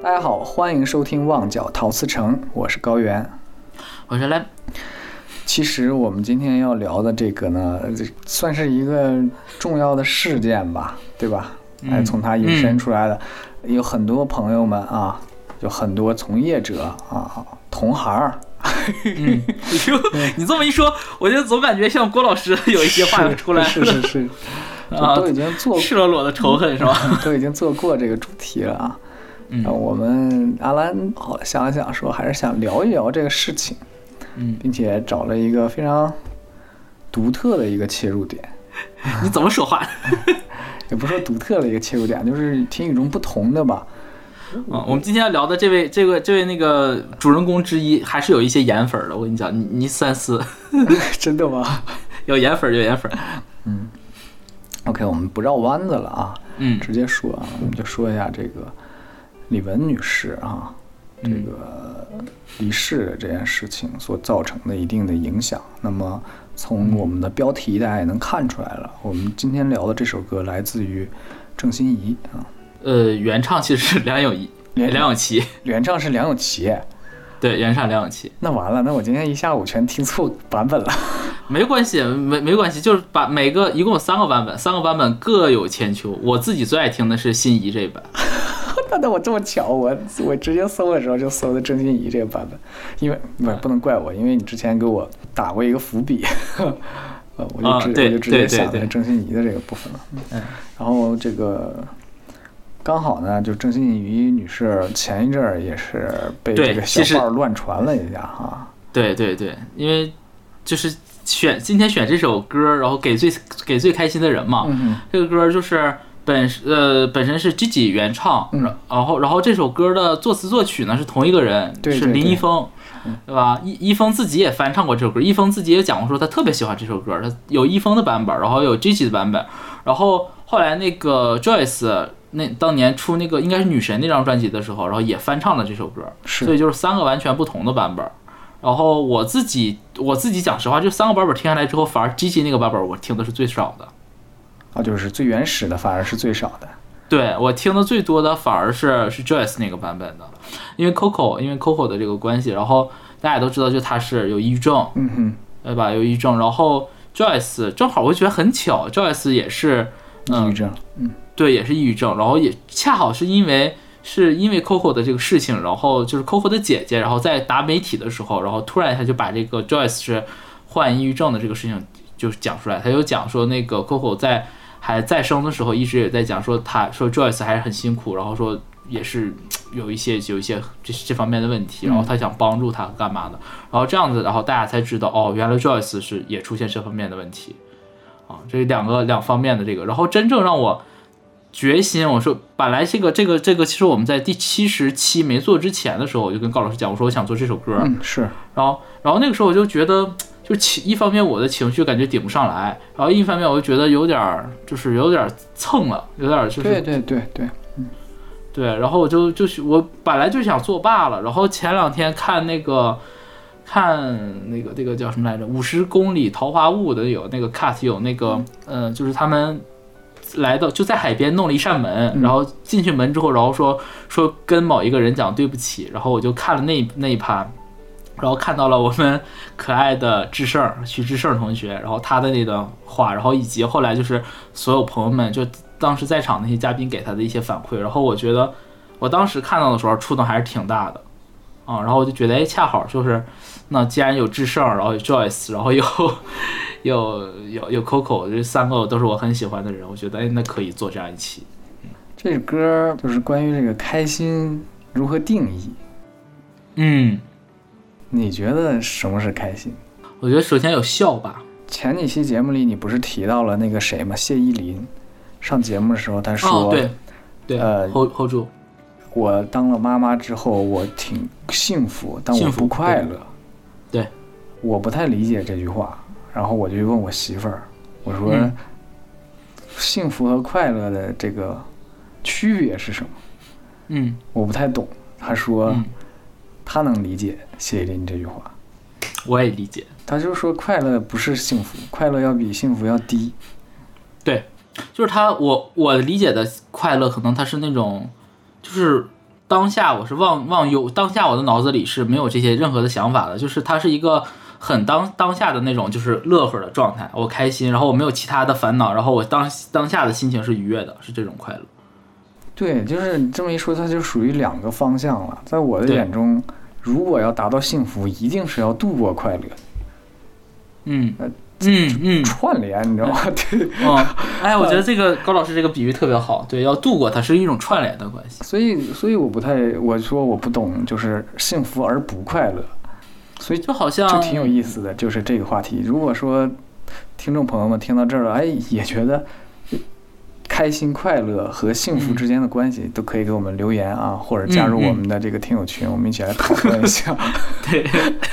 大家好，欢迎收听旺角陶瓷城，我是高原， 我是来。 其实我们今天要聊的这个呢，算是一个重要的事件吧，对吧？从它引申出来的，有很多朋友们啊，有很多从业者啊，同行。 你这么一说，我就总感觉像郭老师有一些话要出来了。 是，都已经做赤裸裸的仇恨是吧？ 都已经做过这个主题了啊。我们阿兰好了想了想说，还是想聊一聊这个事情，并且找了一个非常独特的一个切入点。 你怎么说话？ 也不是说独特的一个切入点，就是挺与众不同的吧。 我们今天要聊的这位那个主人公之一，还是有一些颜粉的。我跟你讲，你三思。 真的吗？ 有颜粉，有颜粉。 OK， 我们不绕弯子了啊。直接说啊，我们就说一下这个李玟女士啊，这个离世的这件事情所造成的一定的影响。那么从我们的标题大家也能看出来了，我们今天聊的这首歌来自于郑欣宜啊。 原唱其实是梁咏琪， 原唱是梁咏琪， 对，原唱梁咏琪。 那完了，那我今天一下午全听错版本了。 没关系，没关系，就是把每个一共有3个版本，3个版本各有千秋。我自己最爱听的是欣宜这一版。 那我这么巧，我直接搜的时候就搜的郑欣宜这个版本，因为不能怪我，因为你之前给我打过一个伏笔，我就直接想的郑欣宜的这个部分了。然后这个。刚好呢，就郑欣宜女士前一阵儿也是被这个小报乱传了一下哈。 对，因为就是今天选这首歌，然后给最开心的人嘛。这个歌就是本身是 Gigi 原唱，然后这首歌的作词作曲呢是同一个人，是林一峰，对吧？一峰自己也翻唱过这首歌，一峰自己也讲过说他特别喜欢这首歌，他有一峰的版本，然后有 Gigi 的版本，然后后来那个 Joyce。那当年出那个应该是女神那张专辑的时候，然后也翻唱了这首歌，所以就是3个完全不同的版本。然后我自己讲实话，就3个版本听下来之后，反而 Gigi 那个版本我听的是最少的。 就是最原始的反而是最少的。 对，我听的最多的反而是 Joyce 那个版本的，因为 Coco 的这个关系，然后大家都知道就他是有抑郁症，对吧？有抑郁症，然后 Joyce 正好我觉得很巧 ，Joyce 也是抑郁症， 对，也是抑郁症，然后也恰好是因为 Coco 的这个事情，然后就是 Coco 的姐姐，然后在答媒体的时候，然后突然他就把这个 Joyce 是患抑郁症的这个事情就讲出来，他就讲说那个 Coco 还在生的时候一直也在讲说说 Joyce 还是很辛苦，然后说也是有一些这方面的问题，然后他想帮助他干嘛的，然后这样子，然后大家才知道原来 Joyce 也出现这方面的问题啊，这两方面的这个，然后真正让我决心，我说本来这个，其实我们在第70期没做之前的时候，我就跟高老师讲，我说我想做这首歌， 是， 然后那个时候我就觉得，就一方面我的情绪感觉顶不上来，然后一方面我就觉得有点蹭了，有点就是对，然后我本来就想作罢了，然后前2天看那个叫什么来着，50公里桃花坞的有那个 cut 有那个就是他们。来到就在海边弄了一扇门，然后进去门之后，然后说跟某一个人讲对不起，然后我就看了那一盘，然后看到了我们可爱的徐志胜同学，然后他的那段话，然后以及后来就是所有朋友们就当时在场那些嘉宾给他的一些反馈，然后我觉得我当时看到的时候触动还是挺大的然后我就觉得恰好就是那既然有志胜，然后有 Joyce， 然后有 Coco， 这3个都是我很喜欢的人，我觉得那可以做这样一期。 这首歌就是关于这个开心如何定义。你觉得什么是开心？ 我觉得首先有笑吧。 前几期节目里你不是提到了那个谁吗？谢依霖上节目的时候他说， 对，hold 住。 我当了妈妈之后，我挺幸福，但我不快乐。 对， 我不太理解这句话。然后我就问我媳妇儿，我说，幸福和快乐的这个区别是什么？我不太懂。他说，他能理解谢依霖这句话。 我也理解。 他就说快乐不是幸福，快乐要比幸福要低。 对，就是我理解的快乐，可能他是那种，就是当下我是当下我的脑子里是没有这些任何的想法的，就是它是一个很当下的那种就是乐呵的状态，我开心，然后我没有其他的烦恼，然后我当下的心情是愉悦的，是这种快乐。 对，就是你这么一说，它就属于两个方向了。在我的眼中，如果要达到幸福，一定是要度过快乐。串联，你知道吗？对， 哎，我觉得这个高老师这个比喻特别好，对，要度过它是一种串联的关系。 所以我说我不懂，就是幸福而不快乐，所以就好像就挺有意思的，就是这个话题。如果说听众朋友们听到这儿了，哎，也觉得开心快乐和幸福之间的关系，都可以给我们留言啊，或者加入我们的这个听友群，我们一起来讨论一下。 对，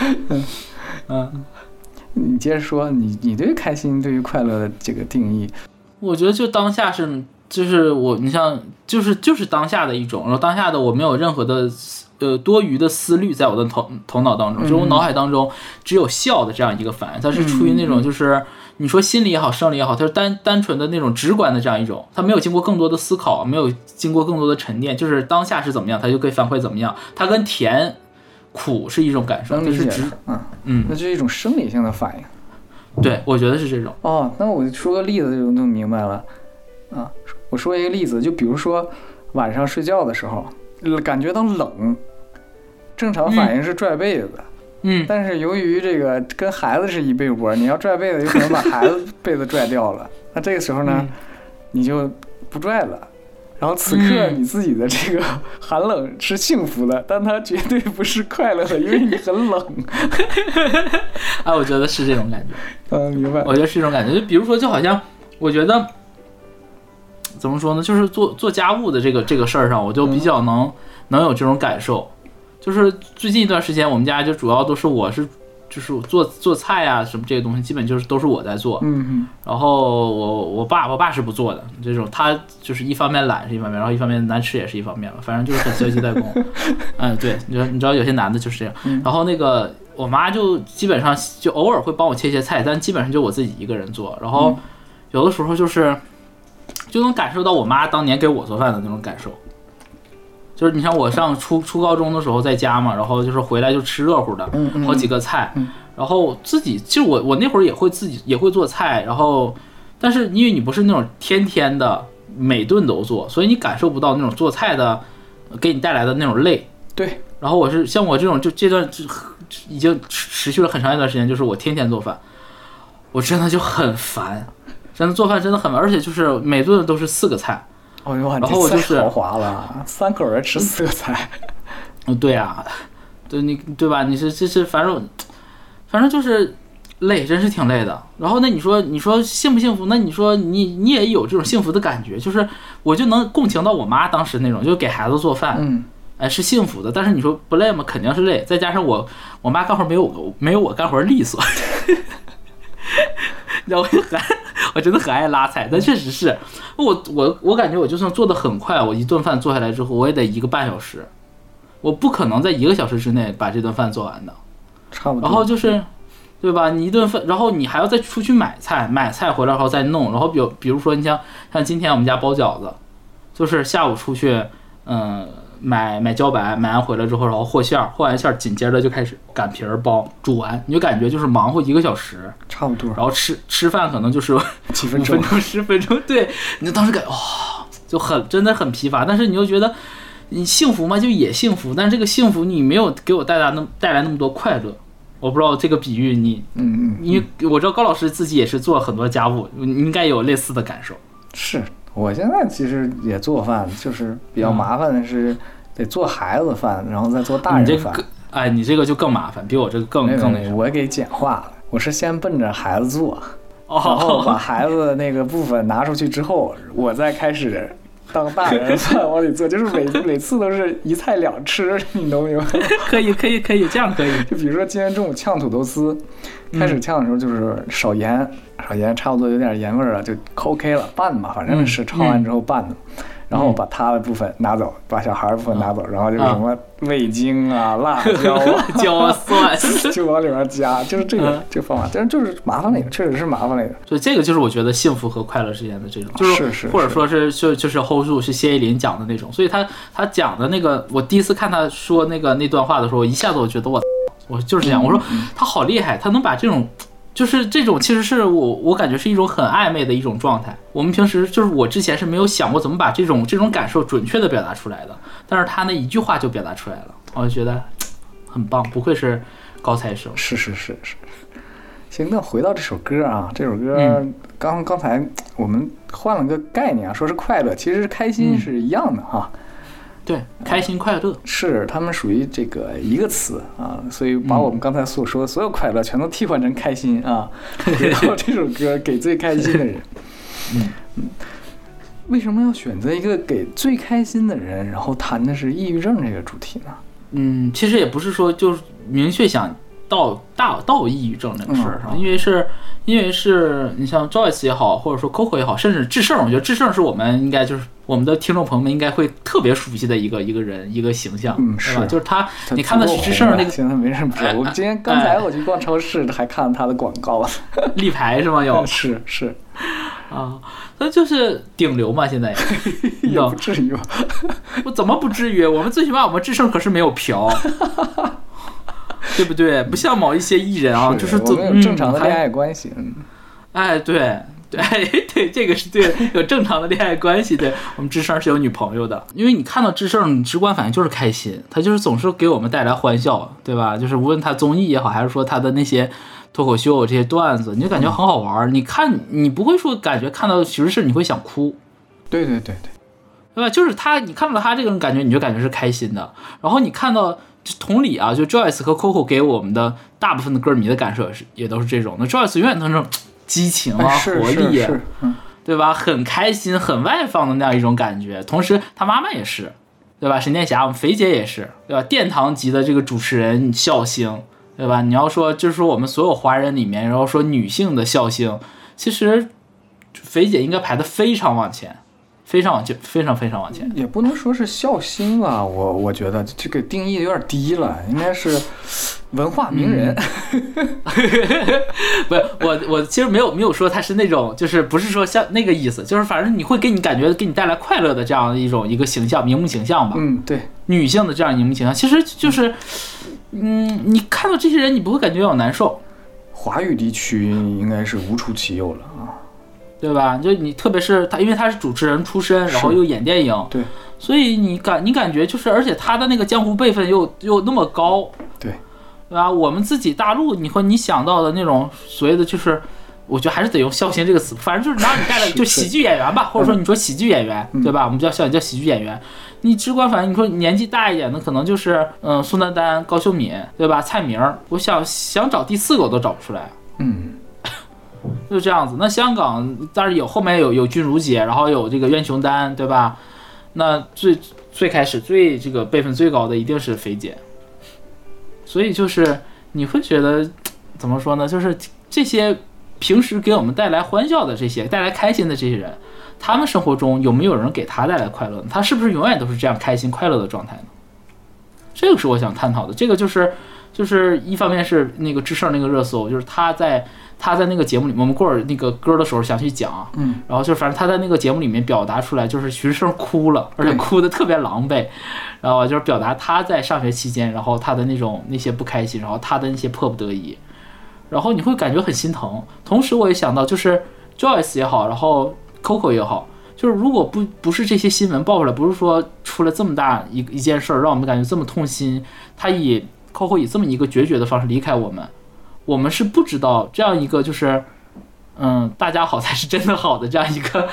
你接着说，你对开心、对于快乐的这个定义， 我觉得就当下就是你像就是当下的一种，然后当下的我没有任何的多余的思虑在我的头脑当中，就是我脑海当中只有笑的这样一个反应，它是出于那种就是你说心理也好，生理也好，它是单纯的那种直观的这样一种，它没有经过更多的思考，没有经过更多的沉淀，就是当下是怎么样，它就可以反馈怎么样，它跟甜苦是一种感受， 能理解就是那就是一种生理性的反应。 对，我觉得是这种。 那我说个例子就弄明白了啊。我说一个例子，就比如说晚上睡觉的时候感觉到冷，正常反应是拽被子，但是由于这个跟孩子是一被窝，你要拽被子有可能把孩子被子拽掉了，那这个时候呢，你就不拽了。然后此刻你自己的这个寒冷是幸福的，但它绝对不是快乐的，因为你很冷。 我觉得是这种感觉。 明白。 我觉得是这种感觉，就比如说，就好像我觉得怎么说呢，就是做家务的这个事儿上，我就比较能有这种感受。就是最近一段时间，我们家就主要都是就是做菜啊什么这些东西，基本就是都是我在做。然后我爸是不做的，这种他就是一方面懒是一方面，然后一方面难吃也是一方面了，反正就是很消极怠工。对，你知道有些男的就是这样。然后那个我妈就基本上就偶尔会帮我切些菜，但基本上就我自己一个人做。然后有的时候就能感受到我妈当年给我做饭的那种感受。就是你像我上初高中的时候在家嘛，然后就是回来就吃热乎的，好几个菜，然后自己就我那会儿也会做菜，然后但是因为你不是那种天天的每顿都做，所以你感受不到那种做菜的给你带来的那种累。 对。 然后我是像我这种就这段已经持续了很长一段时间，就是我天天做饭，我真的就很烦，真的做饭真的很烦，而且就是每顿都是4个菜。然后我就是豪华了，3口人吃4个菜。 对啊，对吧？你是反正就是累，真是挺累的。然后那你说幸不幸福？那你说你也有这种幸福的感觉，就是我就能共情到我妈当时那种，就给孩子做饭，是幸福的。但是你说不累吗？肯定是累。再加上我妈干活没有我干活利索。然后我真的很爱拉菜，但确实是我感觉我就算做的很快，我一顿饭做下来之后，我也得1个半小时，我不可能在1个小时之内把这顿饭做完的， 差不多。 然后就是对吧？你一顿饭，然后你还要再出去买菜回来然后再弄，然后比如说你像今天我们家包饺子，就是下午出去买茭白，买完回来之后，然后和馅儿，和完馅儿紧接着就开始擀皮儿包，煮完你就感觉就是忙活1个小时， 差不多。 然后吃饭可能就是几分钟、 5分钟、10分钟，对，你就当时感觉就真的很疲乏，但是你又觉得你幸福嘛，就也幸福，但是这个幸福你没有给我带来那么多快乐。我不知道这个比喻你，因为我知道高老师自己也是做很多家务，你应该有类似的感受。 是。我现在其实也做饭，就是比较麻烦的是得做孩子饭，然后再做大人饭。 你这个就更麻烦，比我这个更那什么。 我给简化了，我是先奔着孩子做，然后把孩子那个部分拿出去之后，我再开始当大人饭往里做，就是每次都是一菜2吃，你懂没有？ 可以，这样可以。 就比如说今天中午炝土豆丝，开始炝的时候就是少盐，差不多有点盐味了，就 OK 了，拌吧，反正是焯完之后拌的。 然后我把他的部分拿走，把小孩的部分拿走，然后就是什么味精啊、辣椒啊、 椒蒜就往里面加，就是这个方法，但是就是麻烦了一个，确实是麻烦了一个。 对，这个就是我觉得幸福和快乐之间的这种，就是或者说是就是 hold 住是谢依霖讲的那种，所以他讲的那个，我第一次看他说那段话的时候，我一下子我觉得我就是这样，我说他好厉害，他能把这种。就是这种，其实是我感觉是一种很暧昧的一种状态。我们平时就是我之前是没有想过怎么把这种感受准确的表达出来的，但是他那一句话就表达出来了，我就觉得很棒，不愧是高材生。 是。行，那回到这首歌啊，这首歌刚才我们换了个概念啊，说是快乐，其实开心是一样的哈。 对，开心快乐是他们属于这个一个词啊，所以把我们刚才所说的所有快乐全都替换成开心啊，然后这首歌给最开心的人。为什么要选择一个给最开心的人，然后谈的是抑郁症这个主题呢？ 其实也不是说就是明确想到抑郁症这个事儿上，因为是你像 Joyce 也好，或者说 Coco 也好，甚至智胜，我觉得智胜是我们应该就是我们的听众朋友们应该会特别熟悉的一个人一个形象，是吧？就是他，你看到许智胜那个， 现在没人不知道。我刚才我去逛超市，还看他的广告， 立牌是吗？有是啊，那就是顶流嘛，现在也不至于吧？ 我怎么不至于？我们最起码我们智胜可是没有嫖。对不对？不像某一些艺人啊，就是我们有正常的恋爱关系。 对，这个是对，有正常的恋爱关系。对，我们智胜是有女朋友的，因为你看到智胜，你直观反应就是开心，他就是总是给我们带来欢笑，对吧？就是无论他综艺也好，还是说他的那些脱口秀这些段子，你就感觉很好玩。你看，你不会说感觉看到许智胜你会想哭， 对吧？就是他，你看到他这个人感觉，你就感觉是开心的。然后你看到。同理啊，就 Joyce 和 Coco 给我们的大部分的歌迷的感受也都是这种。那 Joyce 永远都是那种激情啊、活力啊，对吧？很开心、很外放的那样一种感觉。同时，他妈妈也是，对吧？沈殿霞，我们肥姐也是，对吧？殿堂级的这个主持人笑星，对吧？你要说就是说我们所有华人里面，然后说女性的笑星，其实肥姐应该排得非常往前。非常往前， 也不能说是笑星吧，我觉得这个定义有点低了，应该是文化名人。 不是我其实没有说他是那种，就是不是说像那个意思，就是反正你会给你感觉给你带来快乐的这样一个形象，荧幕形象吧。 对， 女性的这样荧幕形象，其实就是你看到这些人，你不会感觉有难受。 华语地区应该是无出其右了啊。 对吧？就你特别是他，因为他是主持人出身，然后又演电影， 对， 所以你感觉就是，而且他的那个江湖辈分又那么高， 对吧？我们自己大陆，你想到的那种所谓的就是，我觉得还是得用笑星这个词，反正就是拿你带来就喜剧演员吧，或者说你说喜剧演员，对吧？我们叫喜剧演员。你直观反应，你说年纪大一点的，可能就是宋丹丹、高秀敏，对吧？蔡明，我想找第4个我都找不出来。就这样子。那香港当然后面有君如姐，然后有这个苑琼丹，对吧？那最开始这个辈分最高的一定是肥姐。所以就是你会觉得怎么说呢？就是这些平时给我们带来欢笑的这些带来开心的这些人，他们生活中有没有人给他带来快乐呢？他是不是永远都是这样开心快乐的状态呢？这个是我想探讨的。这个就是一方面是那个智胜那个热搜，就是他在那个节目里面，我们过会儿那个歌的时候想去讲，然后就反正他在那个节目里面表达出来，就是徐志胜哭了，而且哭得特别狼狈，然后就是表达他在上学期间，然后他的那些不开心，然后他的那些迫不得已，然后你会感觉很心疼。同时我也想到，就是 Joyce 也好，然后 Coco 也好，就是如果不是这些新闻爆出来，不是说出了这么大一件事儿，让我们感觉这么痛心，他Coco 以这么一个决绝的方式离开我们是不知道这样一个就是大家好才是真的好的这样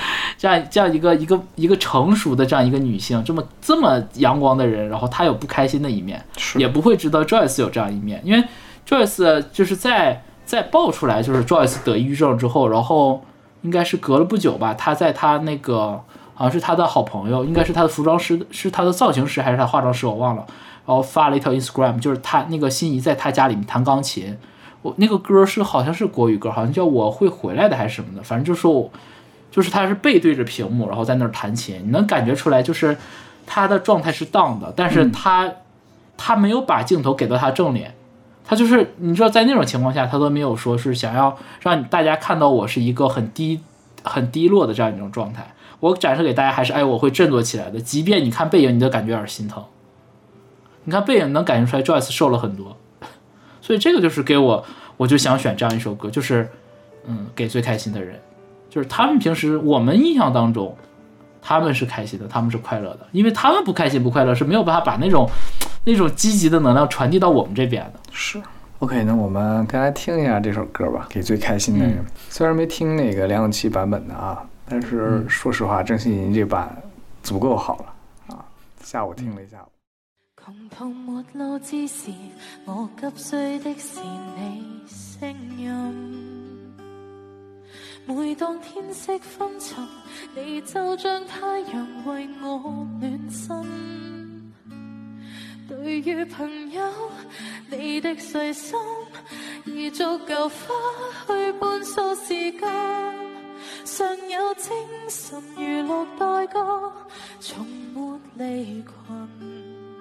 一个成熟的这样一个女性，这么阳光的人，然后她有不开心的一面，也不会知道 Joyce 有这样一面。因为 Joyce 就是在爆出来就是 Joyce 得抑郁症之后，然后应该是隔了不久吧，她在她那个好像是她的好朋友，应该是她的服装师，是她的造型师还是她化妆师我忘了，然后发了一条 Instagram， 就是她那个心仪在她家里面弹钢琴，我那个歌好像是国语歌，好像叫我会回来的还是什么的，反正就就是他是背对着屏幕，然后在那儿弹琴，你能感觉出来，就是他的状态是 down 的，但是他没有把镜头给到他正脸，他就是你知道，在那种情况下，他都没有说是想要让大家看到我是一个很低落的这样一种状态。我展示给大家还是我会振作起来的，即便你看背影，你都感觉有点心疼。你看背影能感觉出来 Joyce 瘦了很多，所以这个就是给我就想选这样一首歌，就是给最开心的人，就是他们平时我们印象当中他们是开心的，他们是快乐的，因为他们不开心不快乐是没有办法把那种积极的能量传递到我们这边的。 是 OK， 那我们该来听一下这首歌吧，给最开心的人。虽然没听那个梁咏琪版本的啊，但是说实话郑欣宜这版足够好了啊，下午听了一下午。 窮途末路之時，我急需的是你聲音。每當天色昏沉，你就像太陽為我暖身。對於朋友，你的細心已足夠花去半數時間，尚有精神娛樂代歌，從沒離群。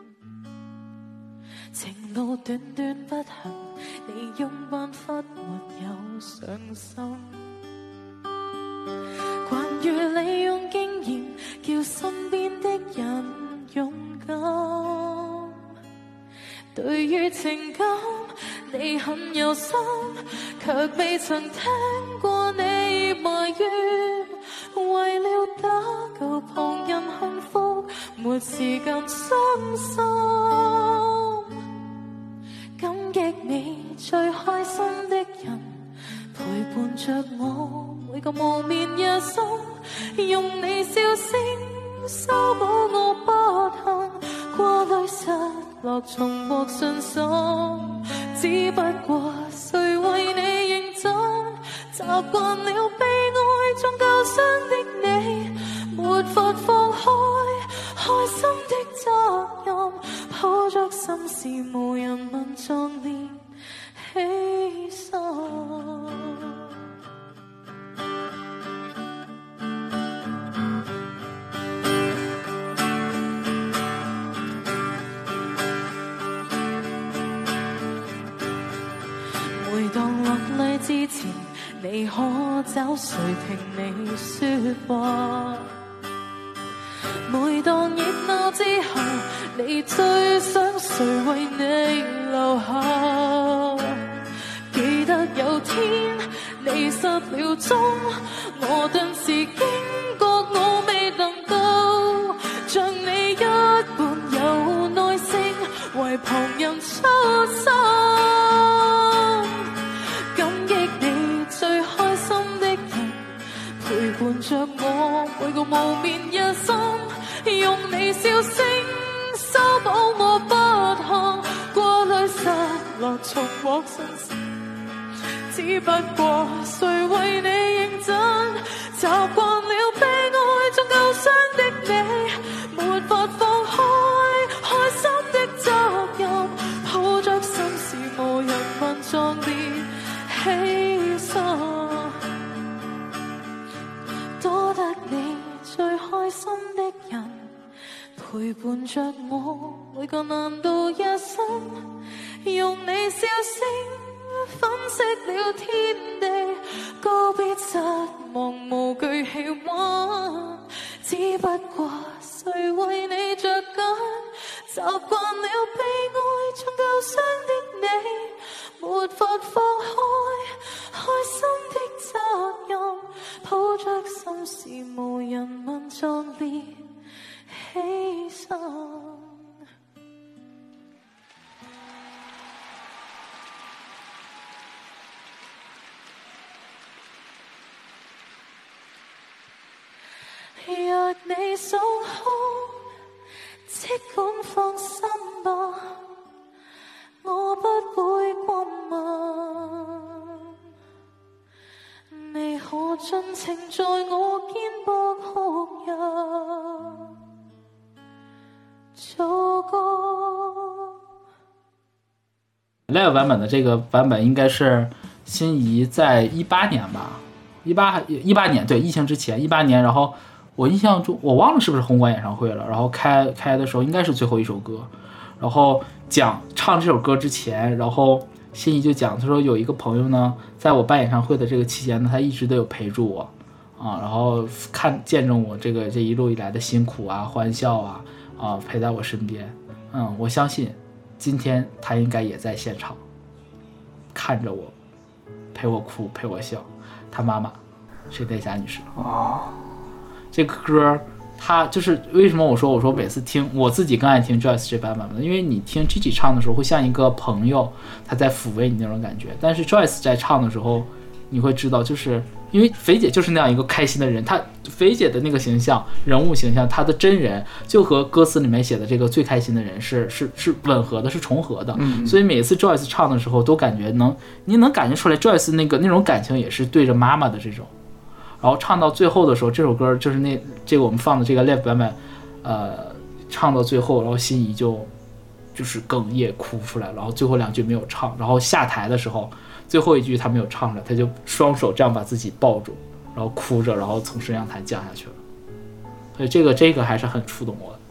情路短短不行，你用辦法沒有上心。慣於利用經驗，叫身邊的人勇敢。對於情感，你很有心，卻未曾聽過你埋怨。為了打救旁人幸福，沒時間傷心。感激你最開心的人，陪伴着我每個無眠夜深，用你笑聲修補我不幸，過濾失落重獲信心。只不過誰為你認真，習慣了被愛中舊傷的你，沒法放開開心的責任，抱着心事無人問壯烈犧牲。每當落淚之前，你可找誰聽你說話？每當熱鬧之後，你最想誰為你留下？記得有天你失了蹤，我頓時驚覺我未能夠像你一般有耐性為旁人出聲。感激你最開心的人，陪伴着我每個無眠夜深，用你笑聲修補我不幸，過濾失落重獲信心。只不過誰為你認真，習慣了被愛中舊傷的你，沒法放開開心的責任，抱着心事無人問壯烈犧牲。多得你最開心的人，陪伴着我每個難度夜深，用你笑聲粉飾了天地，告別失望無懼氣溫。只不過誰為你着緊，習慣了被愛中舊傷的你，沒法放開開心的責任，抱着心事無人問壯烈犧牲。若你想哭，即管放心吧，我不會過問。你可盡情在我肩膊哭泣，做個。 live 版本的这个版本应该是心仪在18年吧， 18年，对，疫情之前18年，然后我印象中我忘了是不是红馆演唱会了，然后开的时候应该是最后一首歌，然后唱这首歌之前，然后心仪就讲，他说有一个朋友呢，在我办演唱会的这个期间呢，他一直都有陪住我啊，然后见证我这一路以来的辛苦啊、欢笑啊，陪在我身边。我相信今天他应该也在现场，看着我，陪我哭，陪我笑。他妈妈，水代霞女士。这个歌，他就是为什么我说每次听，我自己更爱听 Joyce 这版本的，因为你听 Gigi 唱的时候，会像一个朋友，他在抚慰你那种感觉。但是 Joyce 在唱的时候，你会知道，就是因为肥姐就是那样一个开心的人，她肥姐的那个形象、人物形象，她的真人就和歌词里面写的这个最开心的人是吻合的，是重合的。所以每次 Joyce 唱的时候，都感觉你能感觉出来 Joyce 那种感情也是对着妈妈的这种。然后唱到最后的时候，这首歌就是这个我们放的这个 live 版本，唱到最后，然后心仪就是哽咽哭出来，然后最后2句没有唱，然后下台的时候。最后一句他没有唱着，他就双手这样把自己抱住，然后哭着，然后从升降台降下去了。所以这个还是很触动我的，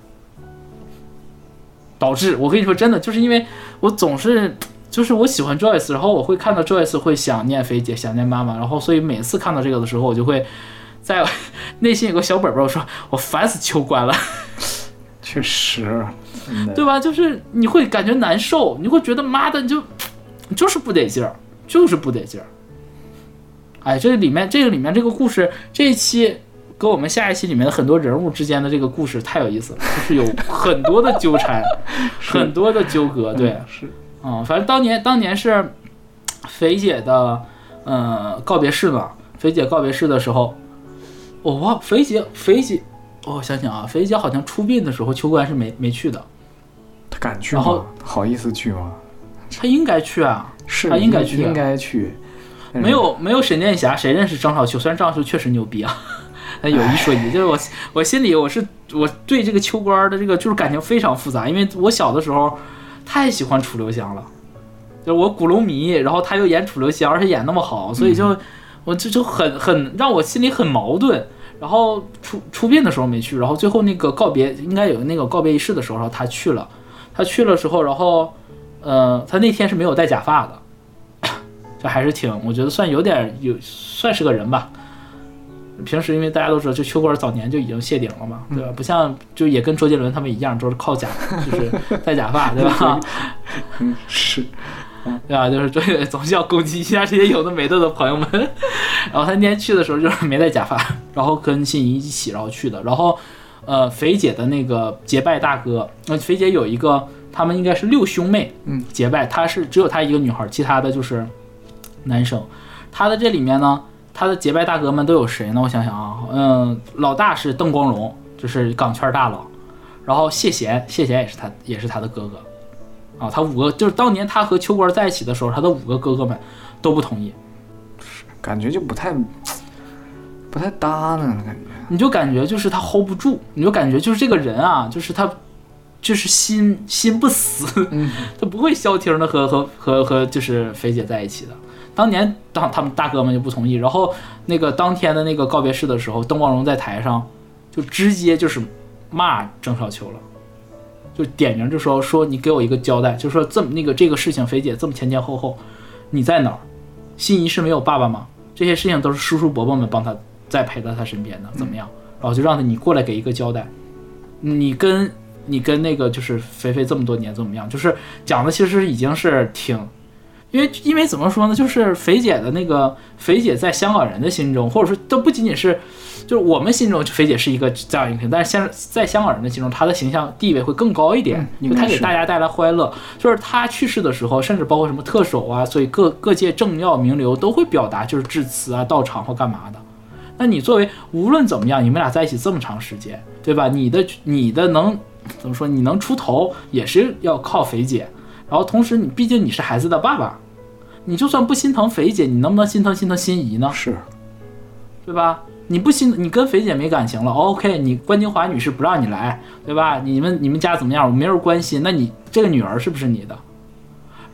导致我跟你说真的，就是因为我总是就是我喜欢 Joyce， 然后我会看到 Joyce 会想念肥姐，想念妈妈，然后所以每次看到这个的时候，我就会在内心有个小本本，我说我烦死秋官了。 确实， 对吧？就是你会感觉难受，你会觉得妈的就是不得劲儿。就是不得劲儿，哎，这个里面这个故事，这一期跟我们下一期里面的很多人物之间的这个故事太有意思了，就是有很多的纠缠，很多的纠葛，对， 是， 反正当年是肥姐的告别式嘛，肥姐告别式的时候，我忘肥姐，我想想啊，肥姐好像出殡的时候，秋官是没去的， 他敢去吗？好意思去吗？ 他应该去啊。 是他应该去， 没有沈殿霞，谁认识张少秋？虽然张少秋确实牛逼啊，但有一说一，就是我心里我对这个秋官的这个就是感情非常复杂，因为我小的时候太喜欢楚留香了，就是我古龙迷，然后他又演楚留香，而且演那么好，所以我就很让我心里很矛盾。然后出殡的时候没去，然后最后那个告别应该有那个告别仪式的时候，他去了时候，然后。他那天是没有戴假发的，这还是我觉得算算是个人吧。平时因为大家都知道，就秋官早年就已经谢顶了嘛，对吧？不像就也跟周杰伦他们一样，都是靠就是戴假发，对吧？ 是， 对吧？就是这总是要攻击一下这些有的没的朋友们。然后他那天去的时候就是没戴假发，然后跟心仪一起然后去的。然后肥姐的那个结拜大哥，肥姐有一个。他们应该是6兄妹，结拜，只有他一个女孩，其他的就是男生。他的这里面呢，他的结拜大哥们都有谁呢？我想想啊，老大是邓光荣，就是港圈大佬，然后谢贤也是他的哥哥，啊，他5个就是当年他和秋官在一起的时候，他的5个哥哥们都不同意， 感觉就不太搭呢，感觉你就感觉就是他 hold 不住，你就感觉就是这个人啊，就是他。就是心不死，他不会消停的和就是肥姐在一起的。当年他们大哥们就不同意，然后那个当天的那个告别式的时候，邓光荣在台上就直接就是骂郑少秋了，就点名就说你给我一个交代，就说这个事情肥姐这么前前后后，你在哪儿？心仪是没有爸爸吗？这些事情都是叔叔伯伯们帮他在陪在他身边的，怎么样？然后就让你过来给一个交代，你跟那个就是肥这么多年怎么样？就是讲的其实已经是因为怎么说呢？就是肥姐在香港人的心中，或者说都不仅仅是，就是我们心中肥姐是一个这样一个人，但是在香港人的心中，她的形象地位会更高一点，就她给大家带来欢乐。就是她去世的时候，甚至包括什么特首啊，所以各界政要名流都会表达就是致辞啊、到场或干嘛的。那你作为无论怎么样，你们俩在一起这么长时间，对吧？你的能。怎么说？你能出头也是要靠肥姐，然后同时毕竟你是孩子的爸爸，你就算不心疼肥姐，你能不能心疼心仪呢？ 是， 对吧？你不你跟肥姐没感情了 ，OK， 你关金华女士不让你来，对吧？你们家怎么样？我没人关心，那你这个女儿是不是你的？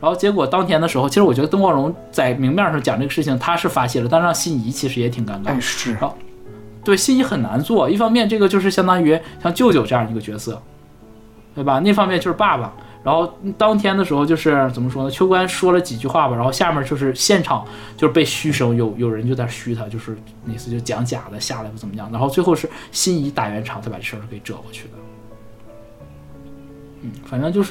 然后结果当天的时候，其实我觉得邓光荣在明面上讲这个事情他是发泄了，但让辛怡其实也挺尴尬。 是。 对，辛怡很难做，一方面这个就是相当于像舅舅这样一个角色，对吧？那方面就是爸爸。然后当天的时候就是怎么说呢？秋官说了几句话吧，然后下面就是现场就是被嘘声，有人就在嘘他，就是那次就讲假的下来不怎么样。然后最后是辛怡打圆场，才把这事儿给折过去的。反正就是，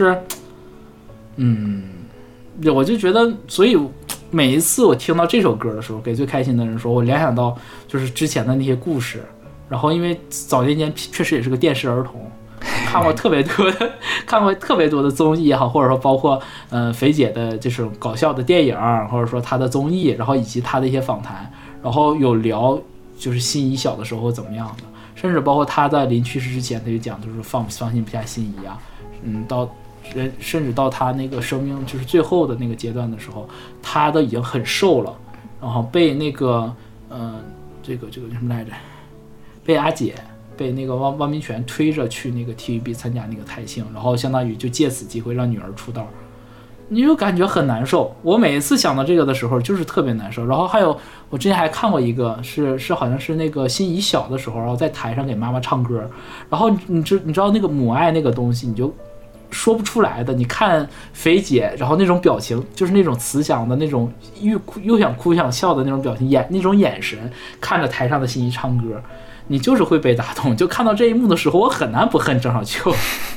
我就觉得，所以每一次我听到这首歌的时候，给最开心的人说，我联想到就是之前的那些故事。然后因为早年间确实也是个电视儿童。看过特别多的综艺也好，或者说包括肥姐的这种搞笑的电影，或者说她的综艺，然后以及她的一些访谈，然后有聊就是辛怡小的时候怎么样的，甚至包括她在临去世之前，她就讲就是放心不下辛怡啊，甚至到她那个生命就是最后的那个阶段的时候，她都已经很瘦了，然后被那个这个什么来着，被阿姐。被那个汪明荃推着去那个 TVB 参加那个台庆，然后相当于就借此机会让女儿出道，你就感觉很难受。我每一次想到这个的时候就是特别难受。然后还有我之前还看过一个是好像是那个辛怡小的时候，然后在台上给妈妈唱歌，然后你知道那个母爱那个东西你就说不出来的。你看肥姐然后那种表情，就是那种慈祥的那种又想哭又想笑的那种表情，那种眼神，看着台上的辛怡唱歌，你就是会被打动。就看到这一幕的时候，我很难不恨郑少秋。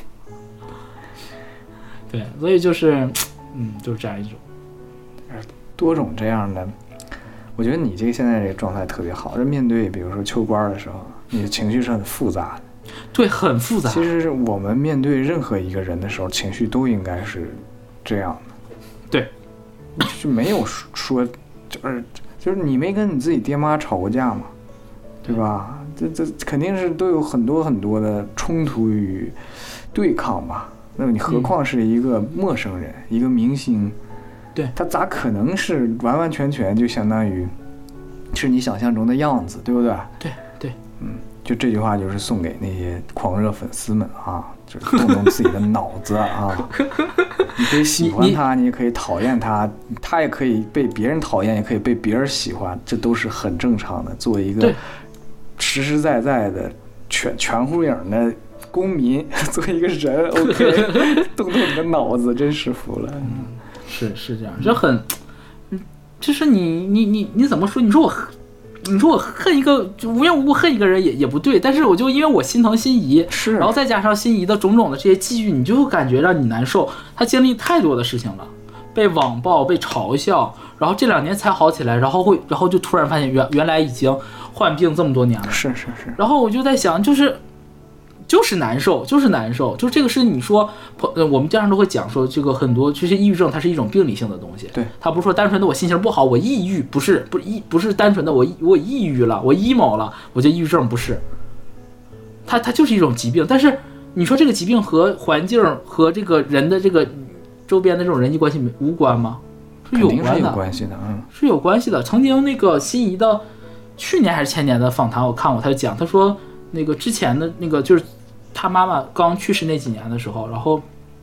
对，所以就是就是这样一种多种这样的。我觉得你这个现在这个状态特别好，是面对比如说秋官的时候，你的情绪是很复杂的。 对，很复杂。 其实我们面对任何一个人的时候，情绪都应该是这样的。 对， 就没有说就是你没跟你自己爹妈吵过架嘛，对吧？这肯定是都有很多很多的冲突与对抗吧。那么你何况是一个陌生人，一个明星， 对， 他咋可能是完完全全就相当于是你想象中的样子，对不对？ 对， 就这句话就是送给那些狂热粉丝们啊，就是动动自己的脑子啊。你可以喜欢他，你也可以讨厌他，他也可以被别人讨厌，也可以被别人喜欢，这都是很正常的。作为一个实实在在的全乎影的公民，作为一个人 ，OK， 动动你的脑子，真是服了。 是这样，就很，就是你怎么说？你说我恨一个，就无缘无故恨一个人也不对，但是我就因为我心疼辛怡， 是， 然后再加上辛怡的种种的这些际遇，你就感觉让你难受。他经历太多的事情了，被网暴，被嘲笑，然后这2年才好起来，然后就突然发现原来已经患病这么多年了。 是。 然后我就在想，就是难受，就是这个是你说，我们经常都会讲说，这个很多这些抑郁症它是一种病理性的东西， 对， 它不是说单纯的我心情不好我抑郁，不是单纯的我抑郁了，我 emo 了，我就抑郁症，不是，它就是一种疾病。但是你说这个疾病和环境和这个人的这个周边的这种人际关系无关吗？是有关的， 肯定是有关系的， 是有关系的。曾经那个辛怡的去年还是前年的访谈我看过，他就讲，他说那个之前的那个就是他妈妈刚去世那几年的时候，然后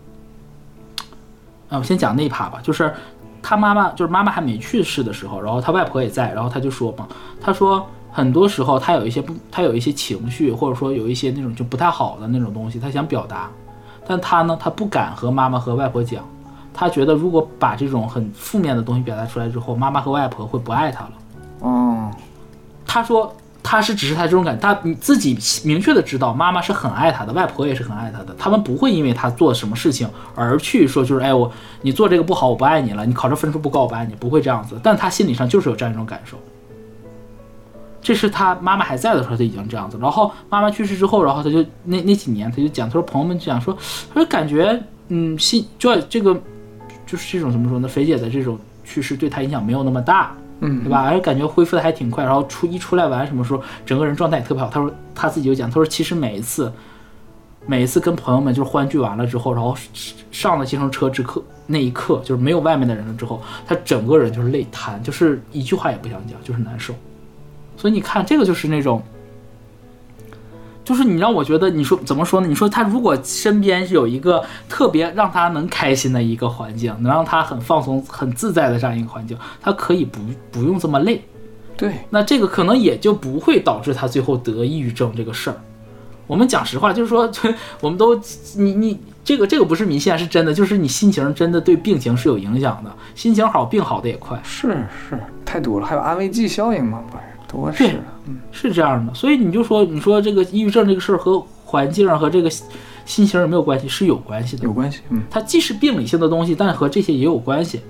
我先讲那一趴吧，就是他妈妈还没去世的时候，然后他外婆也在，然后他就说嘛，他说很多时候他有一些情绪，或者说有一些那种就不太好的那种东西他想表达，但他不敢和妈妈和外婆讲，他觉得如果把这种很负面的东西表达出来之后，妈妈和外婆会不爱他了。他说他只是他这种感觉，他自己明确的知道妈妈是很爱他的，外婆也是很爱他的，他们不会因为他做什么事情而去说就是你做这个不好我不爱你了，你考试分数不高我不爱你，不会这样子。但他心理上就是有这样一种感受，这是他妈妈还在的时候他已经这样子。然后妈妈去世之后，然后他就那几年他就讲，他说朋友们就讲说，他说感觉这个就是这种怎么说呢，肥姐的这种去世对他影响没有那么大，对吧？而且感觉恢复的还挺快，然后出来玩什么时候整个人状态也特别好。他说他自己就讲，他说其实每一次跟朋友们就是欢聚完了之后，然后上了计程车那一刻就是没有外面的人了之后，他整个人就是累瘫，就是一句话也不想讲，就是难受。所以你看这个就是那种就是你让我觉得，你说怎么说呢？你说他如果身边是有一个特别让他能开心的一个环境，能让他很放松、很自在的这样一个环境，他可以不用这么累。 对， 那这个可能也就不会导致他最后得抑郁症这个事儿。我们讲实话，就是说，我们都你这个不是迷信，是真的，就是你心情真的对病情是有影响的，心情好，病好的也快。 是太多了，还有安慰剂效应嘛，不是多是。 是这样的。所以你说这个抑郁症这个事儿和环境和这个心情有没有关系？是有关系的， 有关系。 它既是病理性的东西，但和这些也有关系，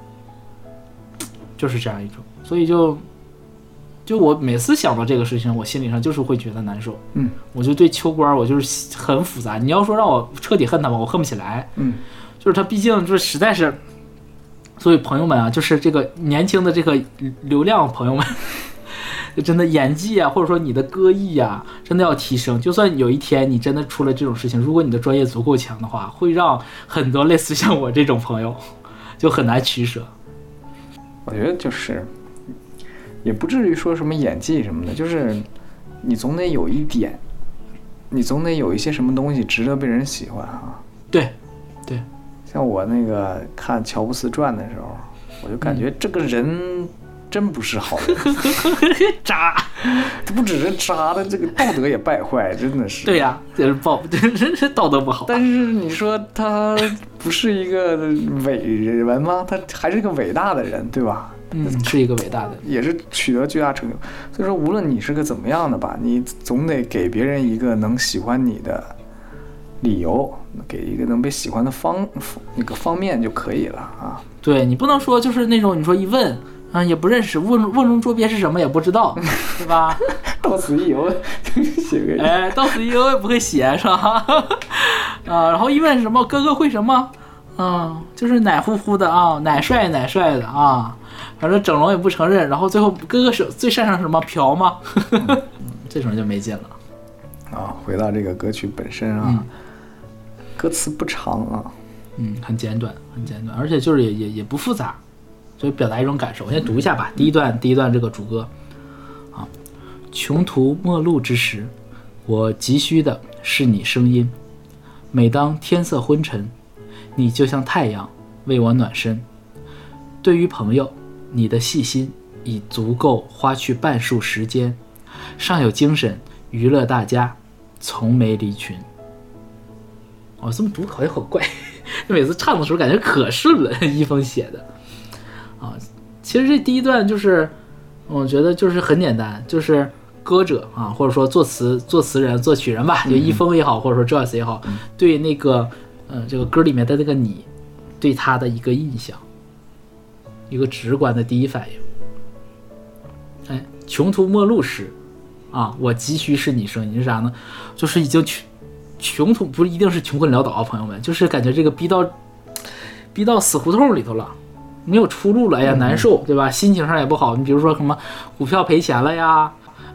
就是这样一种。所以就我每次想到这个事情，我心理上就是会觉得难受。我就对秋官我就是很复杂。你要说让我彻底恨他吧，我恨不起来。就是他毕竟就是实在是，所以朋友们啊，就是这个年轻的这个流量朋友们，真的演技啊，或者说你的歌艺啊，真的要提升。就算有一天你真的出了这种事情，如果你的专业足够强的话，会让很多类似像我这种朋友就很难取舍。 我觉得就是也不至于说什么演技什么的，就是你总得有一点，你总得有一些什么东西值得被人喜欢啊。 对， 像我那个看乔布斯传的时候，我就感觉这个人真不是好人， 渣， 他不只是渣的，这个道德也败坏，真的是。 对呀，这是道德不好。 但是你说他不是一个伟人吗？他还是个伟大的人，对吧？ 是一个伟大的， 也是取得巨大成就。所以说，无论你是个怎么样的吧，你总得给别人一个能喜欢你的理由，给一个能被喜欢的方面就可以了啊。 对，你不能说就是那种你说一问也不认识，瓮中捉鳖是什么也不知道，对吧？ 到此一游写个到此一游也不会写是吧？然后一问什么哥哥会什么就是奶乎乎的啊，奶帅的啊，反正整容也不承认，然后最后哥哥是最擅长什么嫖吗？这种就没劲了啊。回到这个歌曲本身啊，歌词不长啊， 很简短，而且就是也不复杂，所以表达一种感受。我先读一下吧，第一段这个主歌啊，穷途末路之时，我急需的是你声音，每当天色昏沉，你就像太阳为我暖身。对于朋友，你的细心已足够花去半数时间，尚有精神娱乐大家，从没离群。这么读好像很怪，每次唱的时候感觉可顺了，一峰写的其实这第一段就是我觉得就是很简单，就是歌者或者说作词人作曲人吧，就一峰也好，或者说 Joyce 也好，对那个这个歌里面的那个你对他的一个印象，一个直观的第一反应。穷途末路时我急需是你声音是啥呢？就是已经穷途，不一定是穷困潦倒啊，朋友们，就是感觉这个逼到死胡同里头了，没有出路了，难受，对吧？心情上也不好。你比如说什么股票赔钱了呀，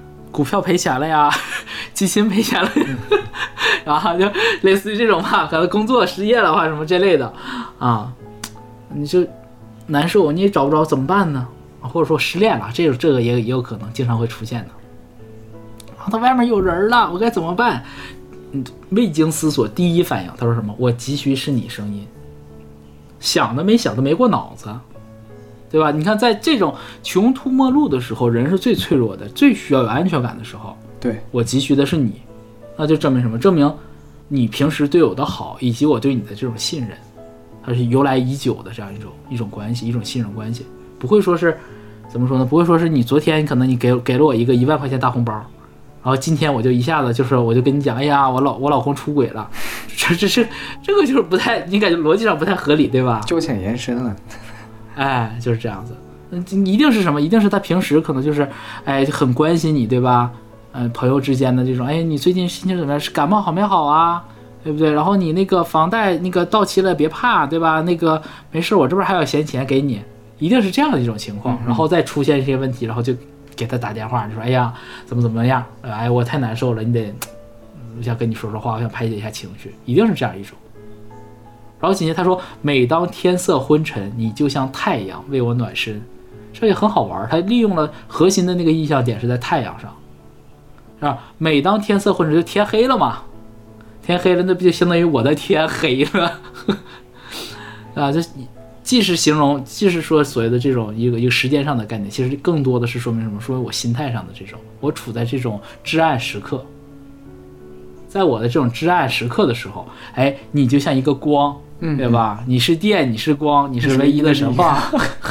基金赔钱了然后就类似于这种吧，可能工作失业了或什么这类的你就难受，你也找不着怎么办呢？或者说失恋了，这个也有可能经常会出现的他外面有人了，我该怎么办？未经思索，第一反应他说什么？我急需是你声音。想都没想都没过脑子，对吧？你看在这种穷途末路的时候，人是最脆弱的，最需要有安全感的时候， 对， 我急需的是你，那就证明什么？证明你平时对我的好，以及我对你的这种信任，它是由来已久的这样一种关系，一种信任关系。不会说是怎么说呢？不会说是你昨天可能你给了我一个1万块钱大红包，然后今天我就一下子我就跟你讲，哎呀，我老公出轨了，这个就是不太，你感觉逻辑上不太合理，对吧？ 纠浅延伸了， 就是这样子。一定是什么？一定是他平时可能就是很关心你，对吧？朋友之间的这种，你最近心情怎么样？是感冒好没好啊？对不对？然后你那个房贷那个到期了别怕，对吧？那个没事，我这边还有闲钱给你，一定是这样的一种情况。然后再出现这些问题，然后就给他打电话，就说哎呀怎么样？我太难受了，你得我想跟你说说话，我想排解一下情绪，一定是这样一种。然后紧接着他说，每当天色昏沉，你就像太阳为我暖身。这也很好玩，他利用了核心的那个意象点是在太阳上。 是吧？每当天色昏沉，就天黑了嘛，天黑了，那不就相当于我的天黑了啊？这既是形容，既是说所谓的这种一个时间上的概念，其实更多的是说明什么？说明我心态上的这种，我处在这种至暗时刻。在我的这种至暗时刻的时候，哎，你就像一个光，对吧？你是电，你是光，你是唯一的神话，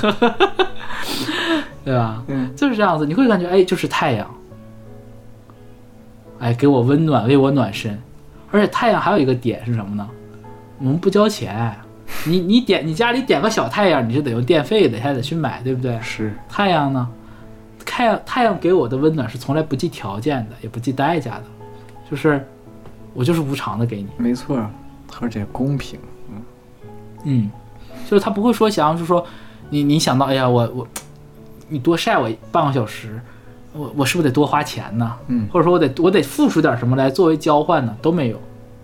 对吧？就是这样子，你会感觉，哎，就是太阳，哎，给我温暖，为我暖身。而且太阳还有一个点是什么呢？我们不交钱，你家里点个小太阳，你是得用电费的，还得去买，对不对？ 是。 太阳呢？太阳给我的温暖是从来不计条件的，也不计代价的，就是我就是无偿的给你。 没错，而且公平。 就是他不会说就是说你想到，哎呀，你多晒我半个小时，我是不是得多花钱呢？或者说我得付出点什么来作为交换呢？都没有。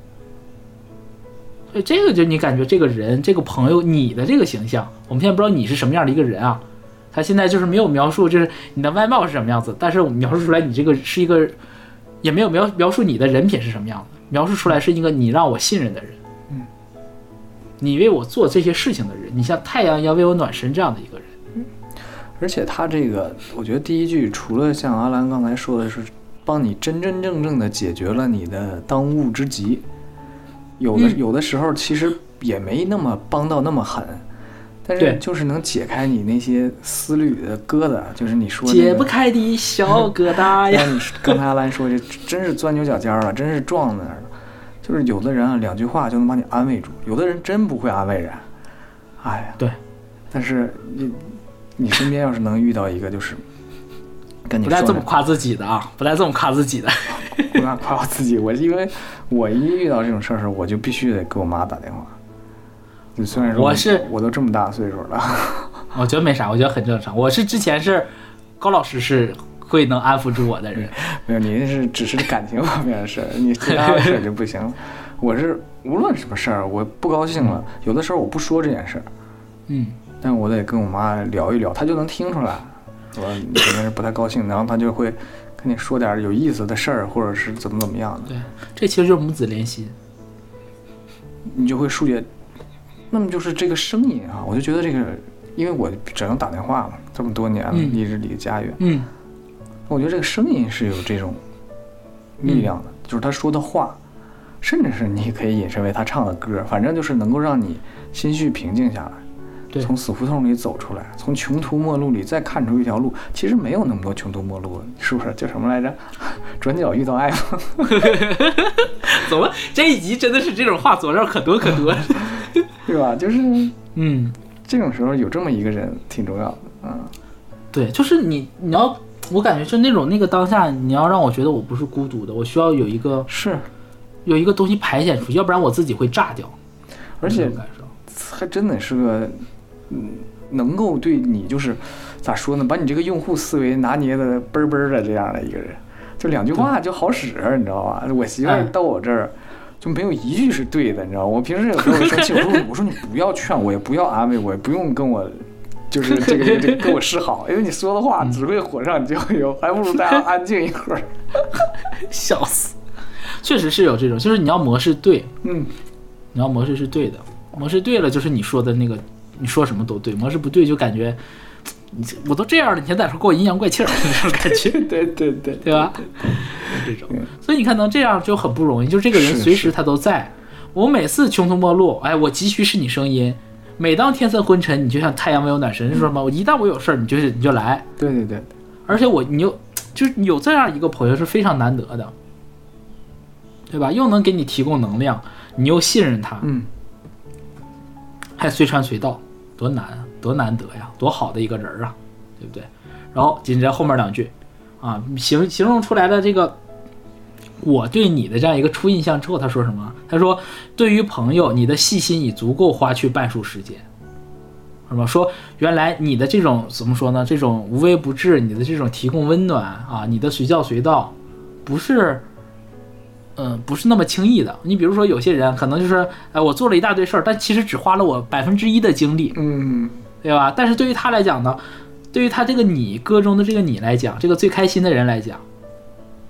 所以这个就你感觉这个人这个朋友你的这个形象，我们现在不知道你是什么样的一个人啊，他现在就是没有描述就是你的外貌是什么样子，但是我们描述出来你这个是一个，也没有描述你的人品是什么样的，描述出来是一个你让我信任的人。你为我做这些事情的人，你像太阳一样为我暖身这样的一个人。 而且他这个，我觉得第一句除了像阿兰刚才说的是帮你真真正正的解决了你的当务之急，有的时候其实也没那么帮到那么狠，但是就是能解开你那些思虑的疙瘩，就是你说、 解不开的小疙瘩呀。 你刚才阿兰说这真是钻牛角尖了，真是撞在那儿了。就是有的人啊，两句话就能把你安慰住，有的人真不会安慰人。哎呀， 对。 但是你身边要是能遇到一个就是跟你不带这么夸自己的啊，不带这么夸自己的。 不敢夸我自己，因为我一遇到这种事儿，我就必须得给我妈打电话。就虽然说我都这么大岁数了， 我觉得没啥，我觉得很正常。我是之前是高老师是会能安抚住我的人。 没有，你只是感情方面的事，你其他的事就不行。我是无论什么事儿，我不高兴了，有的时候我不说这件事儿，但我得跟我妈聊一聊，她就能听出来，说你肯定是不太高兴，然后她就会跟你说点有意思的事儿，或者是怎么样的。 对，这其实就是母子连心， 你就会疏解。那么就是这个声音啊，我就觉得这个，因为我只能打电话嘛，这么多年了，一直离家远，我觉得这个声音是有这种力量的，就是他说的话，甚至是你可以引申为他唱的歌，反正就是能够让你心绪平静下来， 对， 从死胡同里走出来，从穷途末路里再看出一条路。其实没有那么多穷途末路，是不是？叫什么来着？转角遇到爱吗？ 怎么这一集真的是这种话佐料可多可多， 对吧？就是这种时候有这么一个人挺重要的啊。 对，就是你要。我感觉就那个当下，你要让我觉得我不是孤独的，我需要有一个东西排遣出去，要不然我自己会炸掉。 而且还真的是个能够对你就是咋说呢，把你这个用户思维拿捏的嘣嘣的这样的一个人，就两句话就好使，你知道吧？我媳妇儿到我这儿就没有一句是对的，你知道吗？我平时有时候生气，我说你不要劝我，也不要安慰我，也不用跟我。就是这个跟我示好，因为你说的话只会火上浇油，还不如大家安静一会儿。 笑死，确实是有这种，就是你要模式对，你要模式是对的，模式对了就是你说的那个，你说什么都对，模式不对就感觉我都这样了，你现在说给我阴阳怪气儿那种感觉，对吧？这种，所以你看能这样就很不容易，就这个人随时他都在。我每次穷途末路，哎，我急需是你声音。每当天色昏沉，你就像太阳没有暖身，是说什么？一旦我有事儿，你就来。 对。 而且你有这样一个朋友是非常难得的，对吧？又能给你提供能量，你又信任他，还随传随到，多难啊，多难得呀，多好的一个人啊，对不对？然后紧接着后面两句啊，形容出来的这个我对你的这样一个初印象之后，他说什么？他说对于朋友，你的细心已足够花去半数时间。什么说原来你的这种怎么说呢？这种无微不至，你的这种提供温暖啊，你的随叫随到，不是那么轻易的。你比如说有些人可能就是我做了一大堆事儿，但其实只花了我1%的精力，对吧？但是对于他来讲呢，对于他这个你歌中的这个你来讲，这个最开心的人来讲，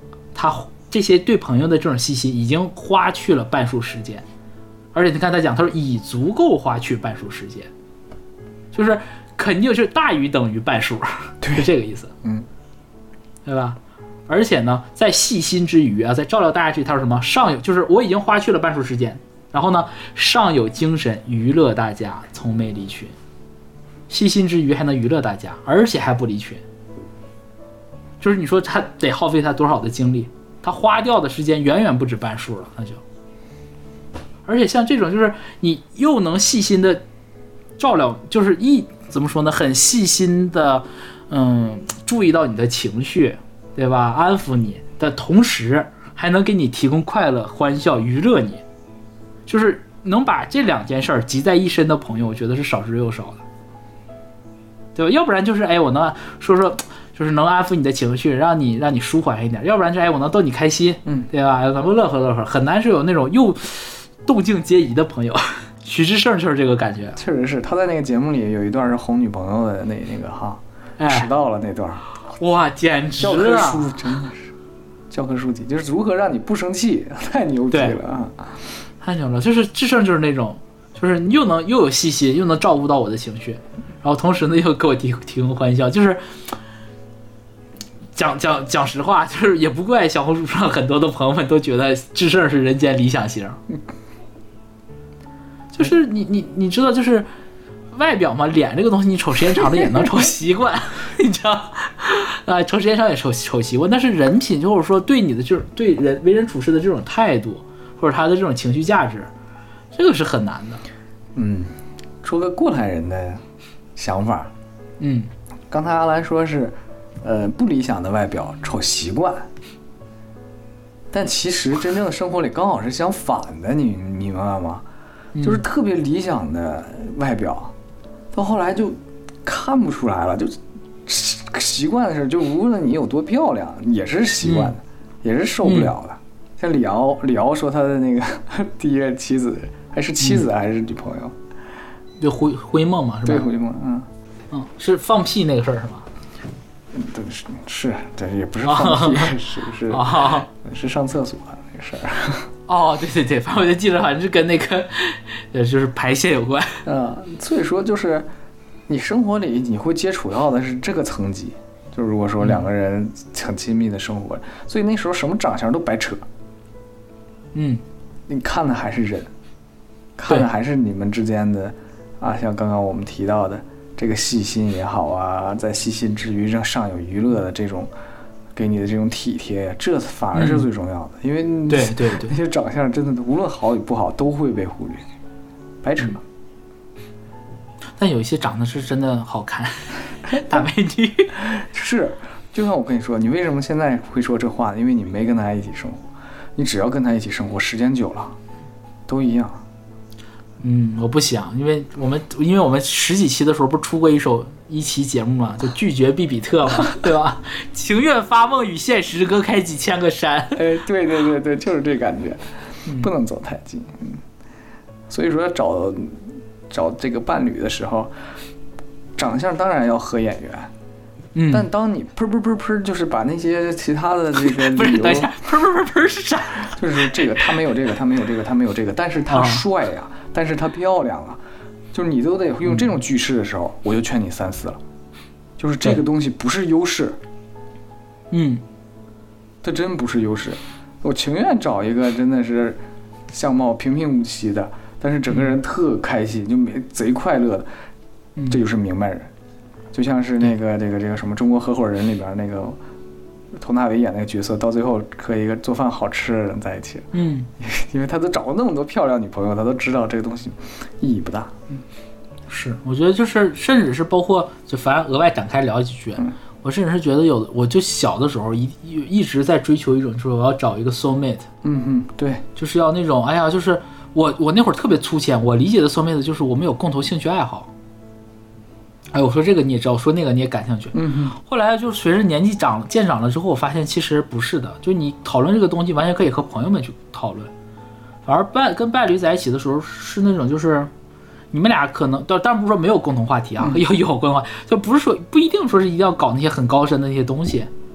他这些对朋友的这种细心已经花去了半数时间，而且你看他讲，他说已足够花去半数时间，就是肯定是大于等于半数，是这个意思，对吧？而且呢，在细心之余啊，在照料大家之余，他说什么？上有就是我已经花去了半数时间，然后呢，上有精神娱乐大家，从没离群。细心之余还能娱乐大家，而且还不离群。就是你说他得耗费他多少的精力，他花掉的时间远远不止半数了，那就。而且像这种，就是你又能细心的照料，就是怎么说呢，很细心的，注意到你的情绪，对吧？安抚你的同时，还能给你提供快乐、欢笑、娱乐你，就是能把这两件事儿集在一身的朋友，我觉得是少之又少的，对吧？要不然就是我能说，就是能安抚你的情绪，让你舒缓一点；要不然就是我能逗你开心，对吧？咱们乐呵乐呵，很难是有那种又动静皆宜的朋友。许志胜就是这个感觉， 确实是他在那个节目里有一段是哄女朋友的那个哈，迟到了那段， 哇，简直了！ 教科书真的是教科书级，就是如何让你不生气，太牛逼了啊！ 太牛了，就是志胜就是那种，就是又有细心，又能照顾到我的情绪，然后同时呢又给我提供欢笑，就是讲实话，就是也不怪小红书上很多的朋友们都觉得志胜是人间理想型。就是你知道，就是外表嘛，脸这个东西你瞅时间长了也能瞅习惯，你知道啊，瞅时间长也瞅习惯，但是人品就是说对你的就是对人为人处事的这种态度，或者他的这种情绪价值，这个是很难的。 说个过来人的想法，刚才阿兰说是不理想的外表瞅习惯，但其实真正的生活里刚好是相反的，你明白吗？就是特别理想的外表，到后来就看不出来了，就习惯的事，就无论你有多漂亮，也是习惯的，也是受不了的。像李敖说他的那个第一任妻子，还是妻子还是女朋友？ 就灰梦嘛，是吧？ 对，灰梦， 是放屁那个事儿是吗？ 对，是，这也不是放屁，是上厕所那个事儿。 对，反正我就记得好像是跟那个就是排泄有关。 所以说就是你生活里你会接触到的是这个层级，就是如果说两个人很亲密的生活，所以那时候什么长相都白扯。你看的还是人，看的还是你们之间的像刚刚我们提到的这个细心也好啊，在细心之余让上有娱乐的这种给你的这种体贴，这反而是最重要的。因为对那些长相真的无论好与不好都会被忽略，白扯。 但有一些长得是真的好看，大美女是。就像我跟你说，你为什么现在会说这话呢？因为你没跟他一起生活，你只要跟他一起生活，时间久了都一样。 我不想，因为我们十几期的时候不是出过一期节目嘛，就拒绝毕比特嘛，对吧？情愿发梦与现实隔开几千个山。 对，就是这感觉，不能走太近。所以说找这个伴侣的时候，长相当然要合眼缘。但当你砰，就是把那些其他的这个理由，不是， 等一下，砰是啥？ 就是这个他没有这个，他没有这个，他没有这个，但是他帅呀，但是他漂亮啊，就是你都得用这种句式的时候，我就劝你三思了。就是这个东西不是优势，它真不是优势。我情愿找一个真的是相貌平平无奇的，但是整个人特开心，就贼快乐的，这就是明白人。就像是那个这个什么中国合伙人里边那个佟大为演那个角色，到最后和一个做饭好吃的人在一起，因为他都找过那么多漂亮女朋友，他都知道这个东西意义不大。 是，我觉得就是甚至是包括就反正额外展开聊几句，我甚至是觉得我就小的时候一直在追求一种，就是我要找一个 soul mate。 对， 就是要那种就是我那会儿特别粗浅，我理解的 soul mate 就是我们有共同兴趣爱好。我说这个你也知道，我说那个你也感兴趣。后来就随着年纪渐长了之后，我发现其实不是的，就你讨论这个东西完全可以和朋友们去讨论，反而跟伴侣在一起的时候是那种就是你们俩可能当然不是说没有共同话题啊，有共同话题，就不是说不一定说是一定要搞那些很高深的那些东西，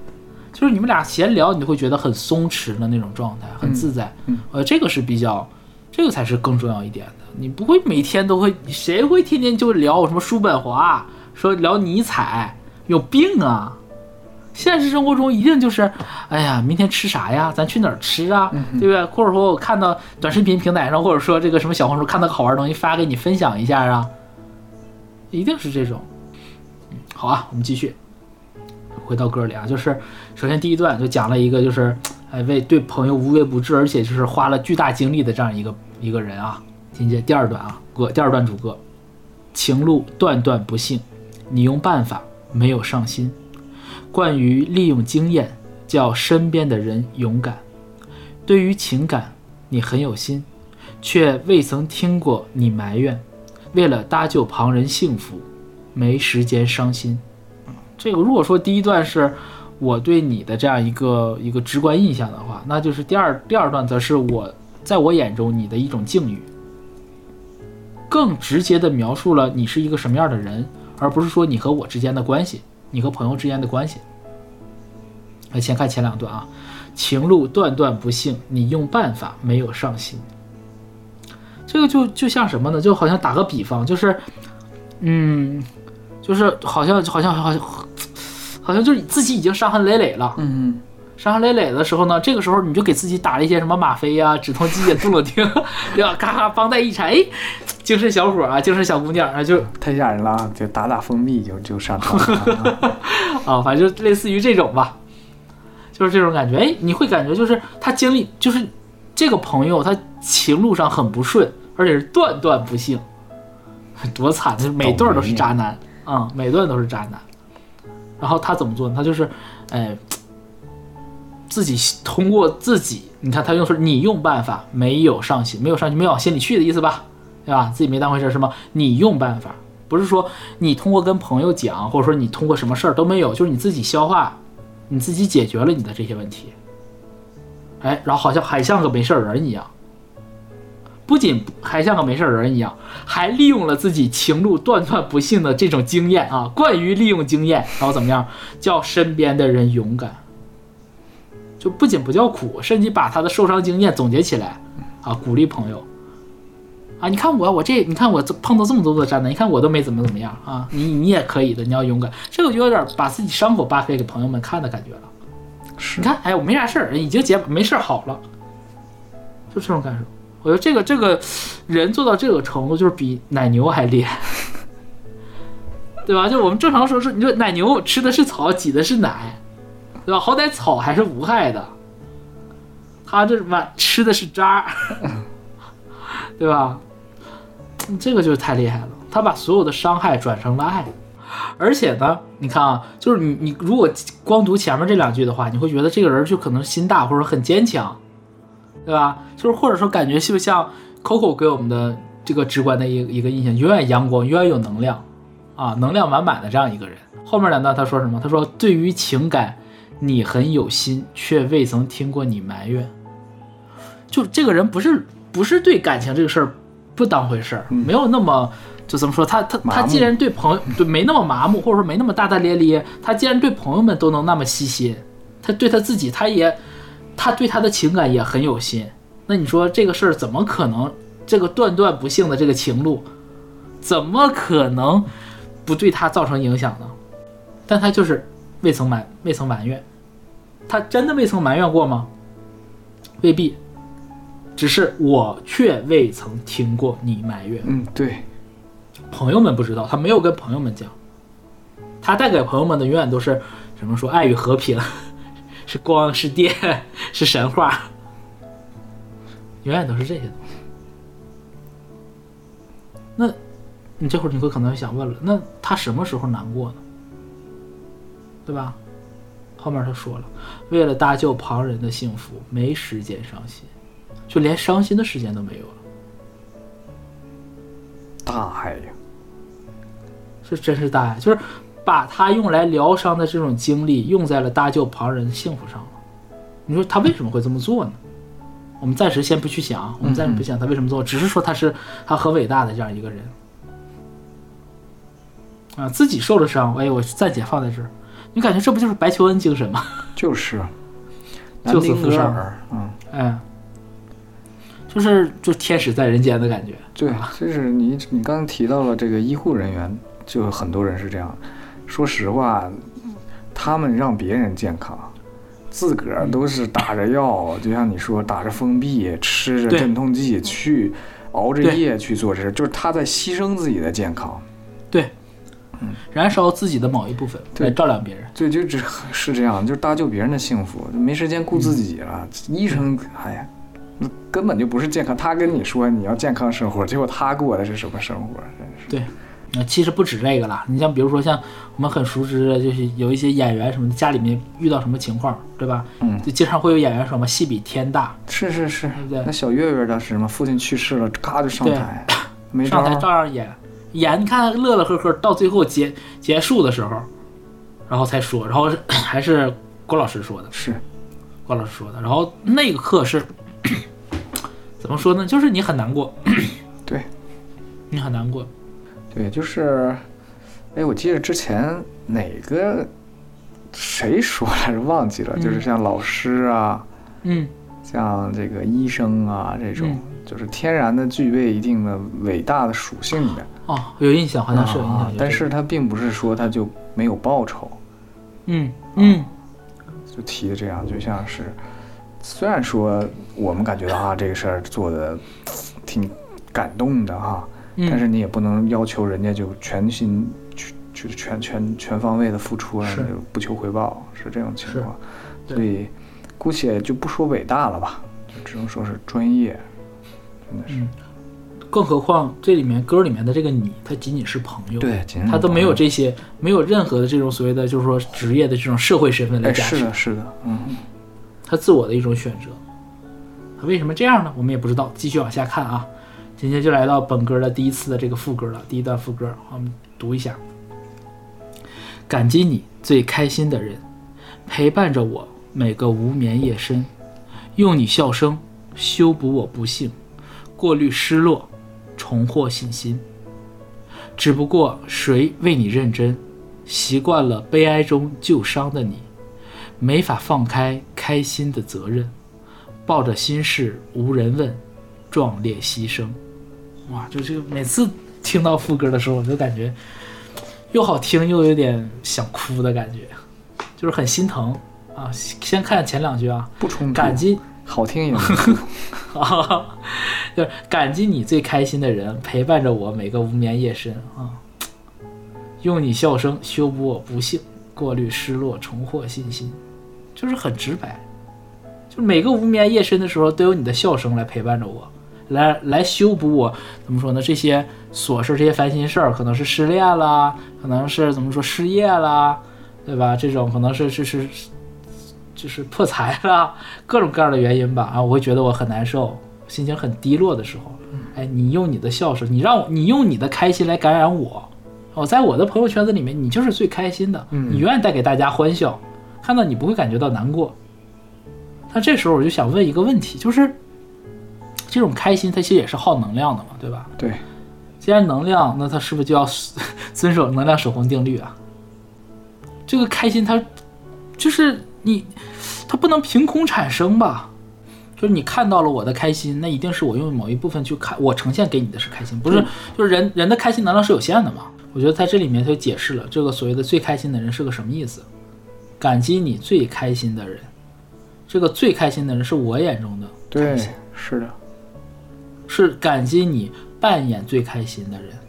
就是你们俩闲聊，你就会觉得很松弛的那种状态，很自在。这个是比较，这个才是更重要一点的。你不会每天都会，谁会天天就聊什么叔本华，说聊尼采，有病啊！现实生活中一定就是，哎呀，明天吃啥呀？咱去哪儿吃啊？对不对？或者说我看到短视频平台上，或者说这个什么小红书看到个好玩的东西发给你分享一下啊，一定是这种。好啊，我们继续回到歌里啊，就是首先第一段就讲了一个就是为对朋友无微不至，而且就是花了巨大精力的这样一个人啊。紧接第二段啊，第二段主歌，情路段段不幸，你用办法没有上心。关于利用经验，叫身边的人勇敢。对于情感，你很有心，却未曾听过你埋怨。为了搭救旁人幸福，没时间伤心。这个如果说第一段是我对你的这样一个直观印象的话，那就是第二段则是在我眼中你的一种境遇，更直接的描述了你是一个什么样的人，而不是说你和我之间的关系，你和朋友之间的关系。来，先看前两段啊，情路段段不幸，你用办法没有上心。这个就像什么呢？就好像打个比方，就是就是好像就是自己已经伤痕累累了，伤痕累累的时候呢，这个时候你就给自己打了一些什么吗啡呀、止痛剂、杜洛汀，对吧？咔咔绷带一缠，精神小伙啊，精神小姑娘啊，就太吓人了，就打蜂蜜就上床了啊，反正就类似于这种吧，就是这种感觉。你会感觉就是他经历，就是这个朋友他情路上很不顺，而且是段段不幸，多惨！就是每段都是渣男啊，每段都是渣男。然后他怎么做呢？他就是，自己通过自己，你看他用说你用办法没有上心，没往心里去的意思吧，对吧？自己没当回事，什么你用办法，不是说你通过跟朋友讲，或者说你通过什么事儿都没有，就是你自己消化，你自己解决了你的这些问题，然后好像还像个没事人一样。不仅还像个没事人一样，还利用了自己情路段段不幸的这种经验啊，惯于利用经验，然后怎么样，叫身边的人勇敢，就不仅不叫苦，甚至把他的受伤经验总结起来啊，鼓励朋友啊，你看你看我碰到这么多的渣男，你看我都没怎么样啊，你也可以的，你要勇敢。这个就有点把自己伤口扒开给朋友们看的感觉了。你看，我没啥事儿，已经没事好了，就这种感受。我觉得这个人做到这个程度，就是比奶牛还厉害，对吧？就我们正常说是，你说奶牛吃的是草，挤的是奶，对吧？好歹草还是无害的，他这吃的是渣，对吧？这个就是太厉害了，他把所有的伤害转成了爱。而且呢，你看啊，就是你如果光读前面这两句的话，你会觉得这个人就可能心大或者很坚强，对吧？就是或者说感觉就像 Coco 给我们的这个直观的一个印象，永远阳光，永远有能量啊，能量满满的这样一个人。后面呢，他说什么？他说对于情感你很有心，却未曾听过你埋怨。就这个人不是对感情这个事儿不当回事儿，没有那么就怎么说，他既然对朋友对没那么麻木，或者说没那么大大咧咧，他既然对朋友们都能那么细心，他对他自己他对他的情感也很有心。那你说这个事儿怎么可能，这个段段不幸的这个情路怎么可能不对他造成影响呢？但他就是未曾埋怨。他真的未曾埋怨过吗？未必，只是我却未曾听过你埋怨。 对， 朋友们不知道，他没有跟朋友们讲，他带给朋友们的永远都是什么说爱与和平，是光是电是神话，永远都是这些东西。那你这会儿你会可能想问了，那他什么时候难过呢？对吧？后面他说了，为了搭救旁人的幸福，没时间伤心，就连伤心的时间都没有了。 大爱呀， 是真是大爱，就是把他用来疗伤的这种经历用在了搭救旁人的幸福上了。你说他为什么会这么做呢？我们暂时先不去想，我们暂时不想他为什么做，只是说他很伟大的这样一个人啊，自己受了伤，我暂且放在这儿。 你感觉这不就是白求恩精神吗？ 就是救死扶伤，就天使在人间的感觉。 对，就是你刚刚提到了这个医护人员，就很多人是这样。说实话，他们让别人健康，自个儿都是打着药，就像你说打着封闭，吃着镇痛剂，去熬着夜去做这事，就是他在牺牲自己的健康。 对。燃烧自己的某一部分来照亮别人， 对，就只是这样，就是搭救别人的幸福，没时间顾自己了。医生，哎呀，根本就不是健康。他跟你说你要健康生活，结果他过的是什么生活？真是。 对，其实不止这个啦。你像比如说像我们很熟知的，就是有一些演员什么的，家里面遇到什么情况，对吧？就经常会有演员说嘛，戏比天大。 是， 对不对？ 那小岳岳当时嘛，父亲去世了，咔就上台，没上台照样演，你看乐乐呵呵，到最后结束的时候，然后才说，然后还是郭老师说的， 是郭老师说的，然后那个刻是怎么说呢？就是你很难过， 对， 你很难过， 对，就是，我记得之前哪个谁说来着忘记了，就是像老师啊，像这个医生啊这种，就是天然的具备一定的伟大的属性的。 有印象，好像是有印象。 但是他并不是说他就没有报酬。就提的这样，就像是，虽然说我们感觉到这个事儿做的挺感动的哈，但是你也不能要求人家就全心去全方位的付出了，就不求回报，是这种情况。所以姑且就不说伟大了吧，就只能说是专业，真的是。 更何况这里面歌里面的这个你，他仅仅是朋友， 对， 他都没有这些，没有任何的这种所谓的就是说职业的这种社会身份来加持。 是的， 他自我的一种选择。他为什么这样呢？我们也不知道。继续往下看啊，今天就来到本歌的第一次的这个副歌了，第一段副歌，我们读一下。感激你最开心的人，陪伴着我每个无眠夜深，用你笑声修补我不幸，过滤失落，重获信心。只不过谁为你认真，习惯了悲哀中旧伤的你，没法放开开心的责任，抱着心事无人问，壮烈牺牲。哇，就这个每次听到副歌的时候，我就感觉又好听又有点想哭的感觉，就是很心疼啊。先看前两句啊， 不冲突， 感激好听也就是感激你最开心的人，陪伴着我每个无眠夜深啊，用你笑声修补我不幸，过滤失落，重获信心。就是很直白，就是每个无眠夜深的时候都有你的笑声来陪伴着我，来修补我怎么说呢，这些琐事，这些烦心事儿，可能是失恋啦，可能是怎么说失业啦，对吧？这种可能是就是破财啦，各种各样的原因吧啊，我会觉得我很难受，心情很低落的时候，你用你的笑声，你用你的开心来感染我，在我的朋友圈子里面，你就是最开心的，你永远带给大家欢笑，看到你不会感觉到难过。但这时候我就想问一个问题，就是这种开心它其实也是耗能量的嘛，对吧？ 对， 既然能量，那它是不是就要遵守能量守恒定律啊？这个开心它就是它不能凭空产生吧？就是你看到了我的开心，那一定是我用某一部分去看，我呈现给你的是开心，不是？就是人的开心能量是有限的嘛？我觉得在这里面他就解释了这个所谓的最开心的人是个什么意思。感激你最开心的人，这个最开心的人是我眼中的开心， 对，是的， 是感激你扮演最开心的人。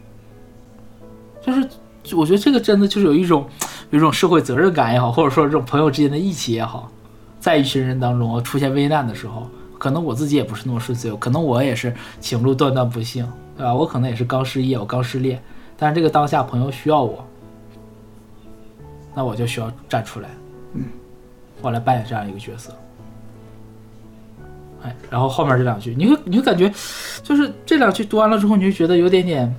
就是我觉得这个真的就是有一种社会责任感也好，或者说这种朋友之间的义气也好，在一群人当中出现危难的时候，可能我自己也不是那么顺遂，可能我也是情路断断不幸，对吧？我可能也是刚失业，我刚失恋，但是这个当下朋友需要我，那我就需要站出来，我来扮演这样一个角色。然后后面这两句，你会感觉，就是这两句读完了之后，你就觉得有点，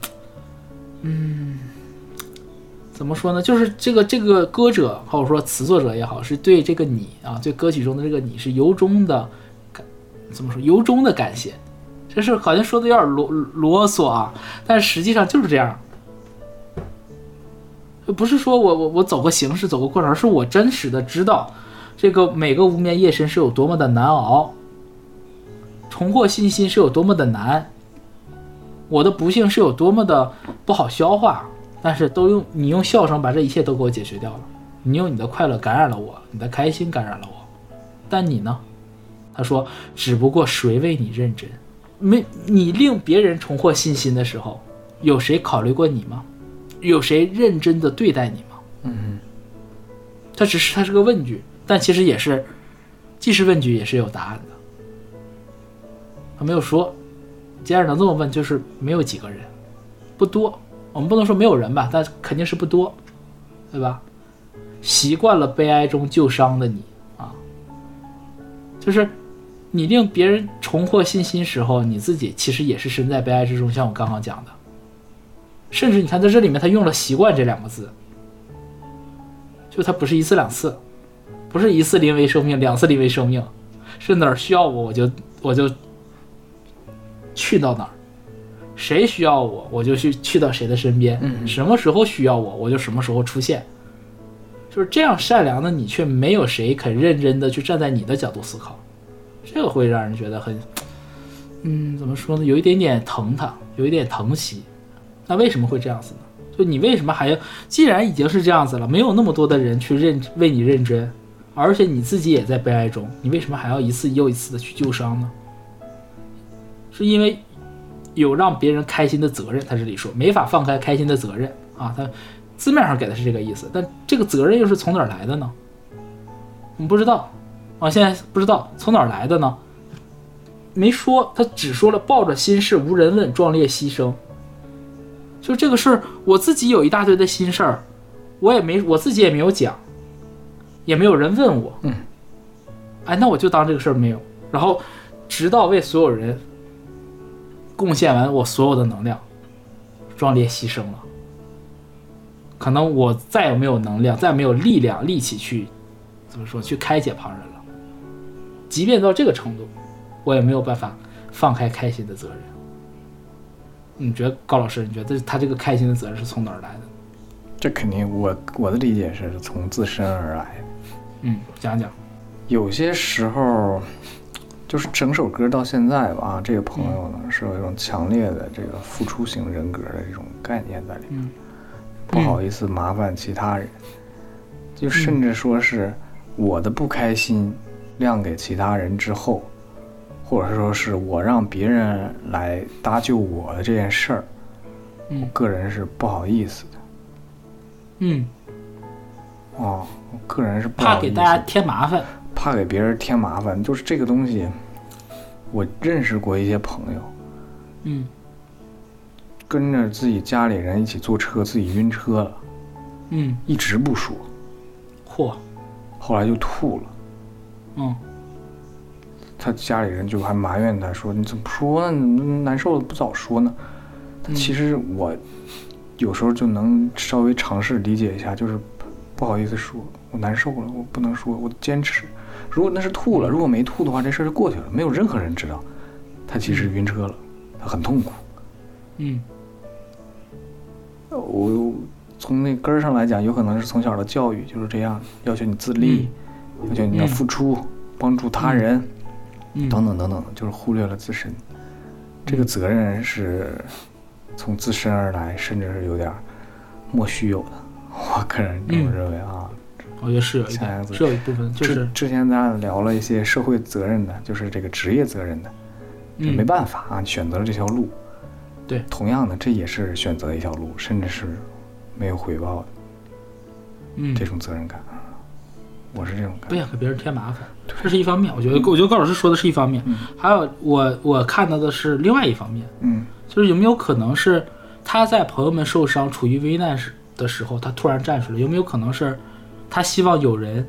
怎么说呢？就是这个歌者或者说词作者也好，是对这个你啊，对歌曲中的这个你是由衷的感谢。这是好像说的有点啰嗦啊，但是实际上就是这样。 不是说我走个形式走个过程，是我真实的知道这个每个无眠夜深是有多么的难熬，重获信心是有多么的难，我的不幸是有多么的不好消化，但是你用笑声把这一切都给我解决掉了，你用你的快乐感染了我，你的开心感染了我，但你呢？他说只不过谁为你认真，你令别人重获信心的时候，有谁考虑过你吗？有谁认真的对待你吗？他是个问句，但其实也是既是问句也是有答案的。他没有说，既然能这么问，就是没有几个人，不多，我们不能说没有人吧，但肯定是不多，对吧？习惯了悲哀中旧伤的你啊，就是你令别人重获信心时候，你自己其实也是身在悲哀之中，像我刚刚讲的。甚至你看在这里面他用了习惯这2个字，就他不是一次两次，不是一次临危受命2次临危受命，是哪儿需要我就去到哪儿，谁需要我就去到谁的身边，什么时候需要我就什么时候出现。就是这样善良的你，却没有谁肯认真的去站在你的角度思考，这个会让人觉得很怎么说呢，有一点点疼他，有一点疼惜。那为什么会这样子呢？就你为什么还要，既然已经是这样子了，没有那么多的人去为你认真，而且你自己也在悲哀中，你为什么还要一次又一次的去救伤呢？是因为有让别人开心的责任，他这里说没法放开开心的责任啊，他字面上给的是这个意思，但这个责任又是从哪儿来的呢？我们不知道啊，现在不知道从哪儿来的呢？没说，他只说了抱着心事无人问，壮烈牺牲。就这个事儿，我自己有一大堆的心事儿，我自己也没有讲，也没有人问我，那我就当这个事儿没有，然后直到为所有人贡献完我所有的能量，壮烈牺牲了。可能我再也没有能量，再也没有力量、力气去去开解旁人了。即便到这个程度，我也没有办法放开开心的责任。你觉得高老师，你觉得他这个开心的责任是从哪儿来的？ 这肯定我的理解是从自身而来的。 讲讲。 有些时候就是整首歌到现在吧，这个朋友呢是有一种强烈的这个付出型人格的这种概念在里面，不好意思麻烦其他人，就甚至说是我的不开心亮给其他人之后，或者说是我让别人来搭救我的这件事儿，我个人是不好意思的。我个人是不好意思的， 怕给大家添麻烦， 怕给别人添麻烦。就是这个东西，我认识过一些朋友，跟着自己家里人一起坐车，自己晕车了，一直不说，后来就吐了，他家里人就还埋怨他说：“你怎么不说呢？你难受了不早说呢？”其实我有时候就能稍微尝试理解一下，就是不好意思说，我难受了，我不能说，我坚持。如果那是吐了，如果没吐的话，这事儿就过去了，没有任何人知道他其实晕车了，他很痛苦。我从那根儿上来讲，有可能是从小的教育就是这样，要求你自立，要求你要付出，帮助他人。等等等等，就是忽略了自身，这个责任是从自身而来，甚至是有点莫须有的。我个人这么认为啊。 我觉得是有一点，是有一部分，就是之前咱俩聊了一些社会责任的，就是这个职业责任的，没办法啊，你选择了这条路。 对， 同样的，这也是选择一条路，甚至是没有回报的。这种责任感。我是这种感觉， 不想给别人添麻烦，这是一方面。我觉得高老师说的是一方面，还有我看到的是另外一方面，就是有没有可能是他在朋友们受伤、处于危难的时候，他突然站出来？有没有可能是他希望有人，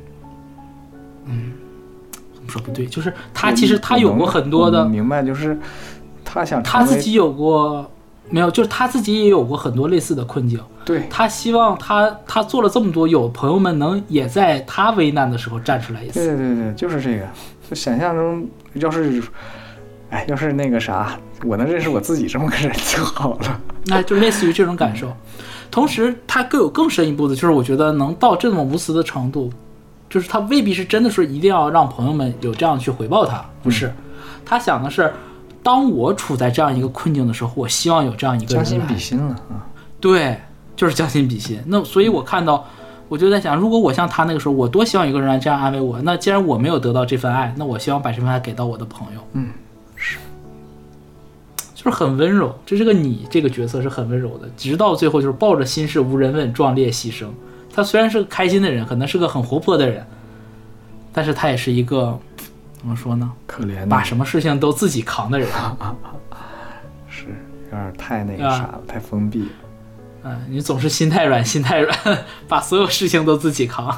怎么说不对？就是他其实他有过很多的， 明白，就是他自己有过。没有，就是他自己也有过很多类似的困境。 对， 他希望他做了这么多，有朋友们能也在他危难的时候站出来一次。 对，就是这个。就想象中，要是那个啥，我能认识我自己这么个人就好了。 那就类似于这种感受。 同时他更深一步的，就是我觉得能到这么无私的程度，就是他未必是真的说一定要让朋友们有这样去回报他，不是，他想的是，当我处在这样一个困境的时候，我希望有这样一个人来， 将心比心了啊。 对，就是将心比心。那所以我看到，我就在想，如果我像他那个时候，我多希望有个人来这样安慰我。那既然我没有得到这份爱，那我希望把这份爱给到我的朋友。 是， 就是很温柔。这个你这个角色是很温柔的，直到最后就是抱着心事无人问，壮烈牺牲。他虽然是个开心的人，可能是个很活泼的人，但是他也是一个怎么说呢？ 可怜的， 把什么事情都自己扛的人。 是有点太那个啥了，太封闭了。 你总是心太软，把所有事情都自己扛。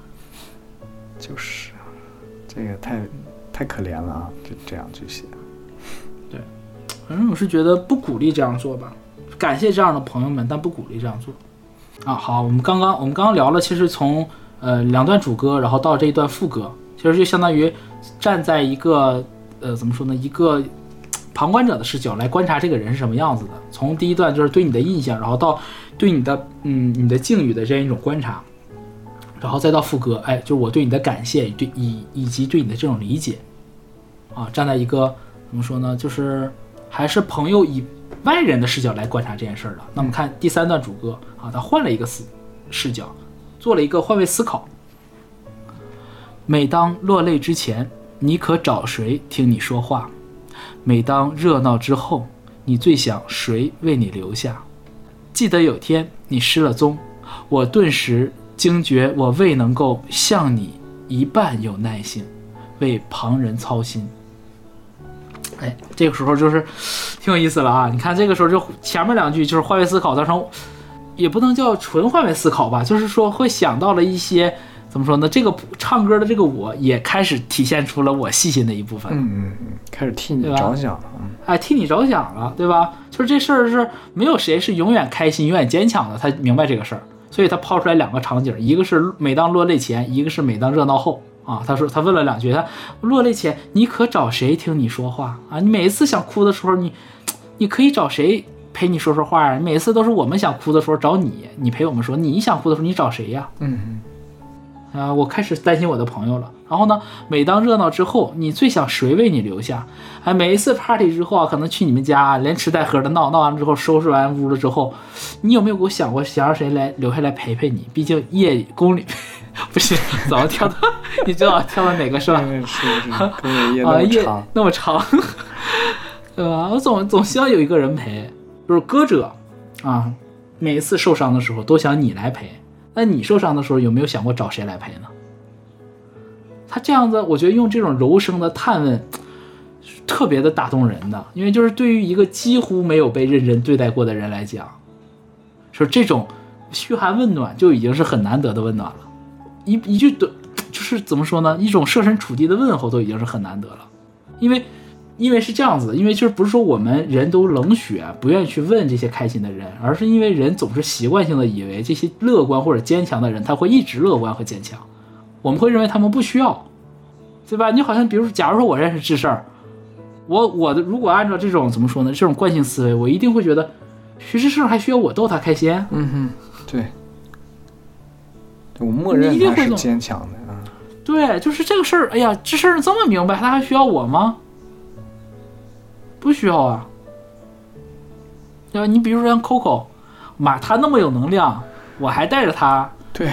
就是这个太可怜了啊！就这样去写。 对，反正我是觉得不鼓励这样做吧，感谢这样的朋友们，但不鼓励这样做。好，我们刚刚聊了，其实从2段主歌，然后到这一段副歌，其实就相当于站在一个怎么说呢，一个旁观者的视角来观察这个人是什么样子的。从第一段就是对你的印象，然后到对你的你的境遇的这样一种观察，然后再到副歌，就是我对你的感谢以及对你的这种理解啊，站在一个怎么说呢，就是还是朋友以外人的视角来观察这件事儿的。那么看第3段主歌啊，他换了一个视角，做了一个换位思考。每当落泪之前，你可找谁听你说话？每当热闹之后，你最想谁为你留下？记得有天你失了踪，我顿时惊觉我未能够像你一半有耐性，为旁人操心。这个时候就是挺有意思了啊！你看这个时候就前面2句就是换位思考，造成也不能叫纯换位思考吧，就是说会想到了一些怎么说呢？这个唱歌的这个我也开始体现出了我细心的一部分， 开始替你着想了， 替你着想了，对吧？就是这事儿是没有谁是永远开心、永远坚强的，他明白这个事儿，所以他抛出来2个场景，一个是每当落泪前，一个是每当热闹后啊。他说他问了2句，他落泪前你可找谁听你说话啊？你每一次想哭的时候，你可以找谁陪你说说话啊？每次都是我们想哭的时候找你，你陪我们说，你想哭的时候你找谁呀？我开始担心我的朋友了。然后呢，每当热闹之后，你最想谁为你留下？每一次 party 之后可能去你们家连吃带喝的闹完了之后，收拾完屋了之后，你有没有给我想过想让谁来留下来陪陪你？毕竟夜公里不是怎么跳到你知道跳到哪个是吧？ 是公里夜那么长对吧？我总希望有一个人陪，就是歌者啊，每一次受伤的时候都想你来陪。那你受伤的时候有没有想过找谁来陪呢？他这样子，我觉得用这种柔声的探问，特别的打动人的。因为就是对于一个几乎没有被认真对待过的人来讲，说这种嘘寒问暖就已经是很难得的温暖了。一句的，就是怎么说呢？一种设身处地的问候都已经是很难得了。因为是这样子的，因为就是不是说我们人都冷血不愿意去问这些开心的人，而是因为人总是习惯性的以为这些乐观或者坚强的人他会一直乐观和坚强，我们会认为他们不需要，对吧？你好像比如说假如说我认识智事儿，我的如果按照这种怎么说呢，这种惯性思维，我一定会觉得徐志胜还需要我逗他开心。 对，我默认他是坚强的啊。 对，就是这个事儿，哎呀，这事儿这么明白，他还需要我吗？不需要啊，对吧？你比如说像 Coco， 妈，他那么有能量，我还带着他， 对，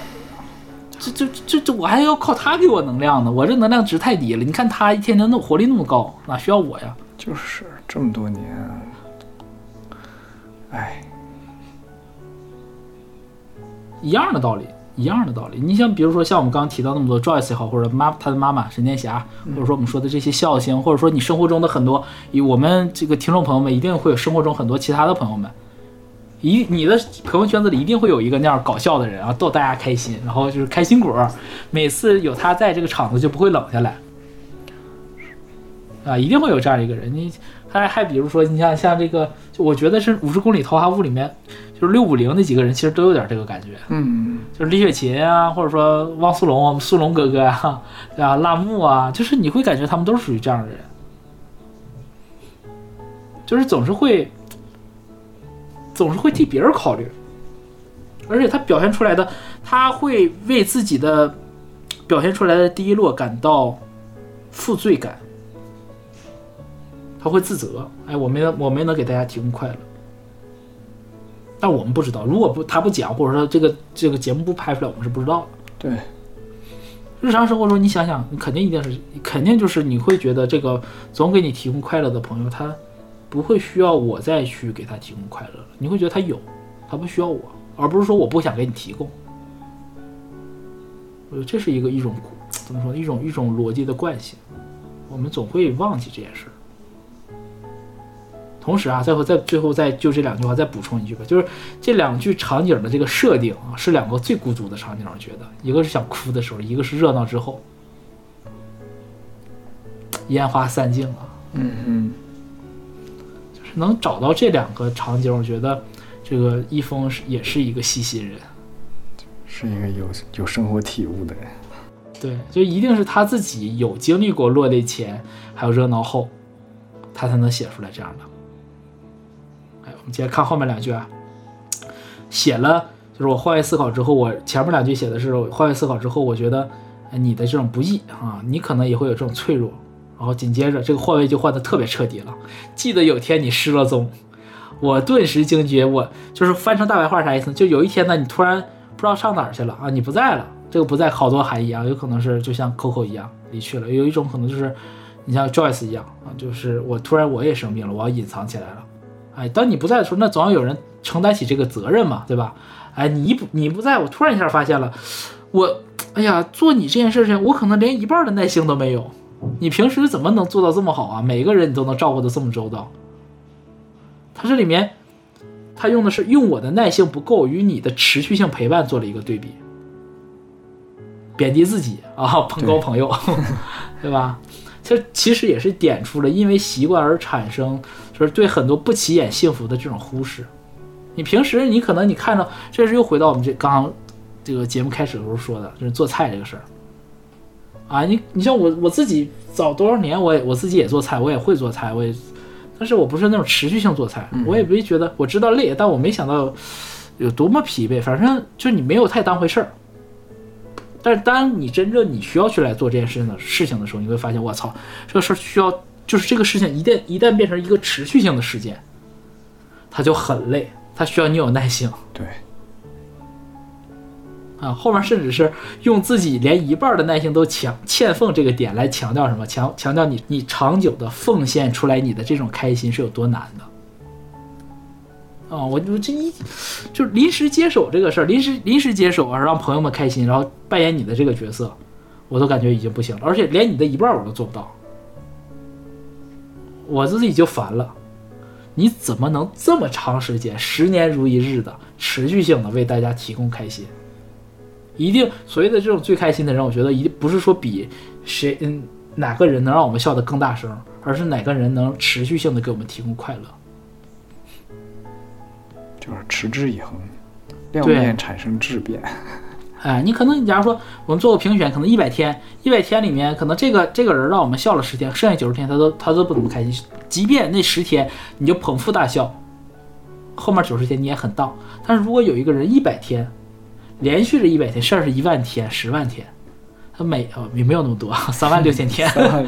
这我还要靠他给我能量呢，我这能量值太低了。你看他一天天活力那么高，哪需要我呀？ 就是这么多年， 一样的道理。你像比如说像我们刚刚提到那么多 Joyce 也好，或者他的妈妈神剑侠，或者说我们说的这些笑星，或者说你生活中的很多，我们这个听众朋友们一定会有生活中很多其他的朋友们，你的朋友圈子里一定会有一个那样搞笑的人啊，逗大家开心，然后就是开心果，每次有他在这个场子就不会冷下来啊，一定会有这样一个人。你还比如说你像这个，就我觉得是50公里桃花坞里面，就是650那几个人其实都有点这个感觉，就是李雪琴啊，或者说汪苏泷、苏泷哥哥啊，辣目啊，就是你会感觉他们都是属于这样的人，就是总是会替别人考虑， 而且他表现出来的，他会为自己的表现出来的低落感到负罪感，他会自责，哎，我没能给大家提供快乐。但我们不知道，如果他不讲，或者说这个节目不拍出来，我们是不知道的。 对， 日常生活中你想想，你肯定就是你会觉得这个总给你提供快乐的朋友，他不会需要我再去给他提供快乐了，你会觉得他有，他不需要我，而不是说我不想给你提供。这是一种怎么说，一种逻辑的惯性，我们总会忘记这件事。同时啊，最后再就这两句话再补充一句吧，就是这两句场景的这个设定啊，是两个最孤独的场景，我觉得一个是想哭的时候，一个是热闹之后，烟花散尽了。就是能找到这两个场景，我觉得这个一峰也是一个细心人， 是一个有生活体悟的人。 对，就一定是他自己有经历过落泪前还有热闹后，他才能写出来这样的。我们接着看后面两句啊，写了就是我换位思考之后，我前面两句写的是换位思考之后，我觉得你的这种不易啊，你可能也会有这种脆弱。然后紧接着这个换位就换得特别彻底了，记得有天你失了踪，我顿时惊觉，我就是翻成大白话啥意思？就有一天呢，你突然不知道上哪儿去了啊，你不在了。这个不在好多含义啊，有可能是就像 Coco 一样离去了，有一种可能就是你像 Joyce 一样啊，就是我突然我也生病了，我要隐藏起来了。哎，当你不在的时候，那总要有人承担起这个责任嘛，对吧？哎，你不在，我突然一下发现了，哎呀，做你这件事情，我可能连一半的耐心都没有。你平时怎么能做到这么好啊？每个人你都能照顾得这么周到。他这里面，他用的是用我的耐性不够与你的持续性陪伴做了一个对比，贬低自己啊，捧高朋友， 对吧？这其实也是点出了因为习惯而产生，就是对很多不起眼幸福的这种忽视。你平时你可能你看着，这是又回到我们刚刚这个节目开始的时候说的，就是做菜这个事儿啊。你像我自己早多少年，我自己也做菜，我也会做菜，但是我不是那种持续性做菜，我也没觉得，我知道累，但我没想到有多么疲惫，反正就是你没有太当回事儿。但是当你真正你需要去来做这件事情的时候，你会发现，我操，这个事儿需要，就是这个事情一旦变成一个持续性的事件，它就很累，它需要你有耐性。 对。 啊，后面甚至是用自己连一半的耐性都欠奉这个点来强调什么？强调你长久的奉献出来你的这种开心是有多难的。我就临时接手这个事儿，临时接手啊，让朋友们开心，然后扮演你的这个角色，我都感觉已经不行了，而且连你的一半我都做不到，我自己就烦了。你怎么能这么长时间10年如一日的持续性的为大家提供开心？一定所谓的这种最开心的人，我觉得一定不是说比谁哪个人能让我们笑得更大声，而是哪个人能持续性的给我们提供快乐。 就是持之以恒，量变产生质变。 哎，你可能假如说我们做个评选，可能100天里面，可能这个人让我们笑了10天，剩下90天他都不怎么开心。即便那10天你就捧腹大笑，后面90天你也很荡。但是如果有一个人100天连续着100天，甚至是1万天、10万天，他也没有那么多，36000天，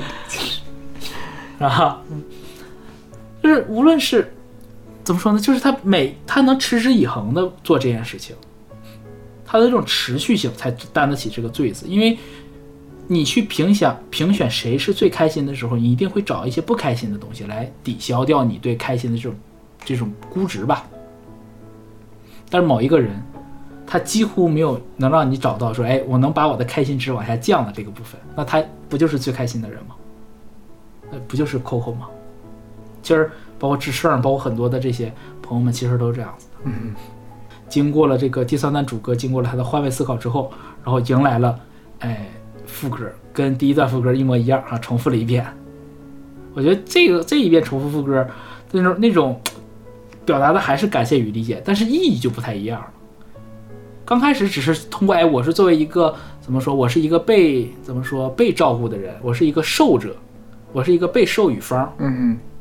然后就是无论是怎么说呢，就是他能持之以恒的做这件事情，他的这种持续性才担得起这个罪字。因为你去评选谁是最开心的时候，你一定会找一些不开心的东西来抵消掉你对开心的这种估值吧。但是某一个人，他几乎没有能让你找到说，哎，我能把我的开心值往下降的这个部分，那他不就是最开心的人吗？不就是 Coco 吗？今儿包括智胜，包括很多的这些朋友们，其实都是这样子的。经过了这个第3段主歌，经过了他的换位思考之后，然后迎来了，副歌跟第一段副歌一模一样啊，重复了一遍。我觉得这一遍重复副歌那种表达的还是感谢与理解，但是意义就不太一样了。刚开始只是通过我是作为一个怎么说，我是一个被照顾的人，我是一个受者，我是一个被授予方，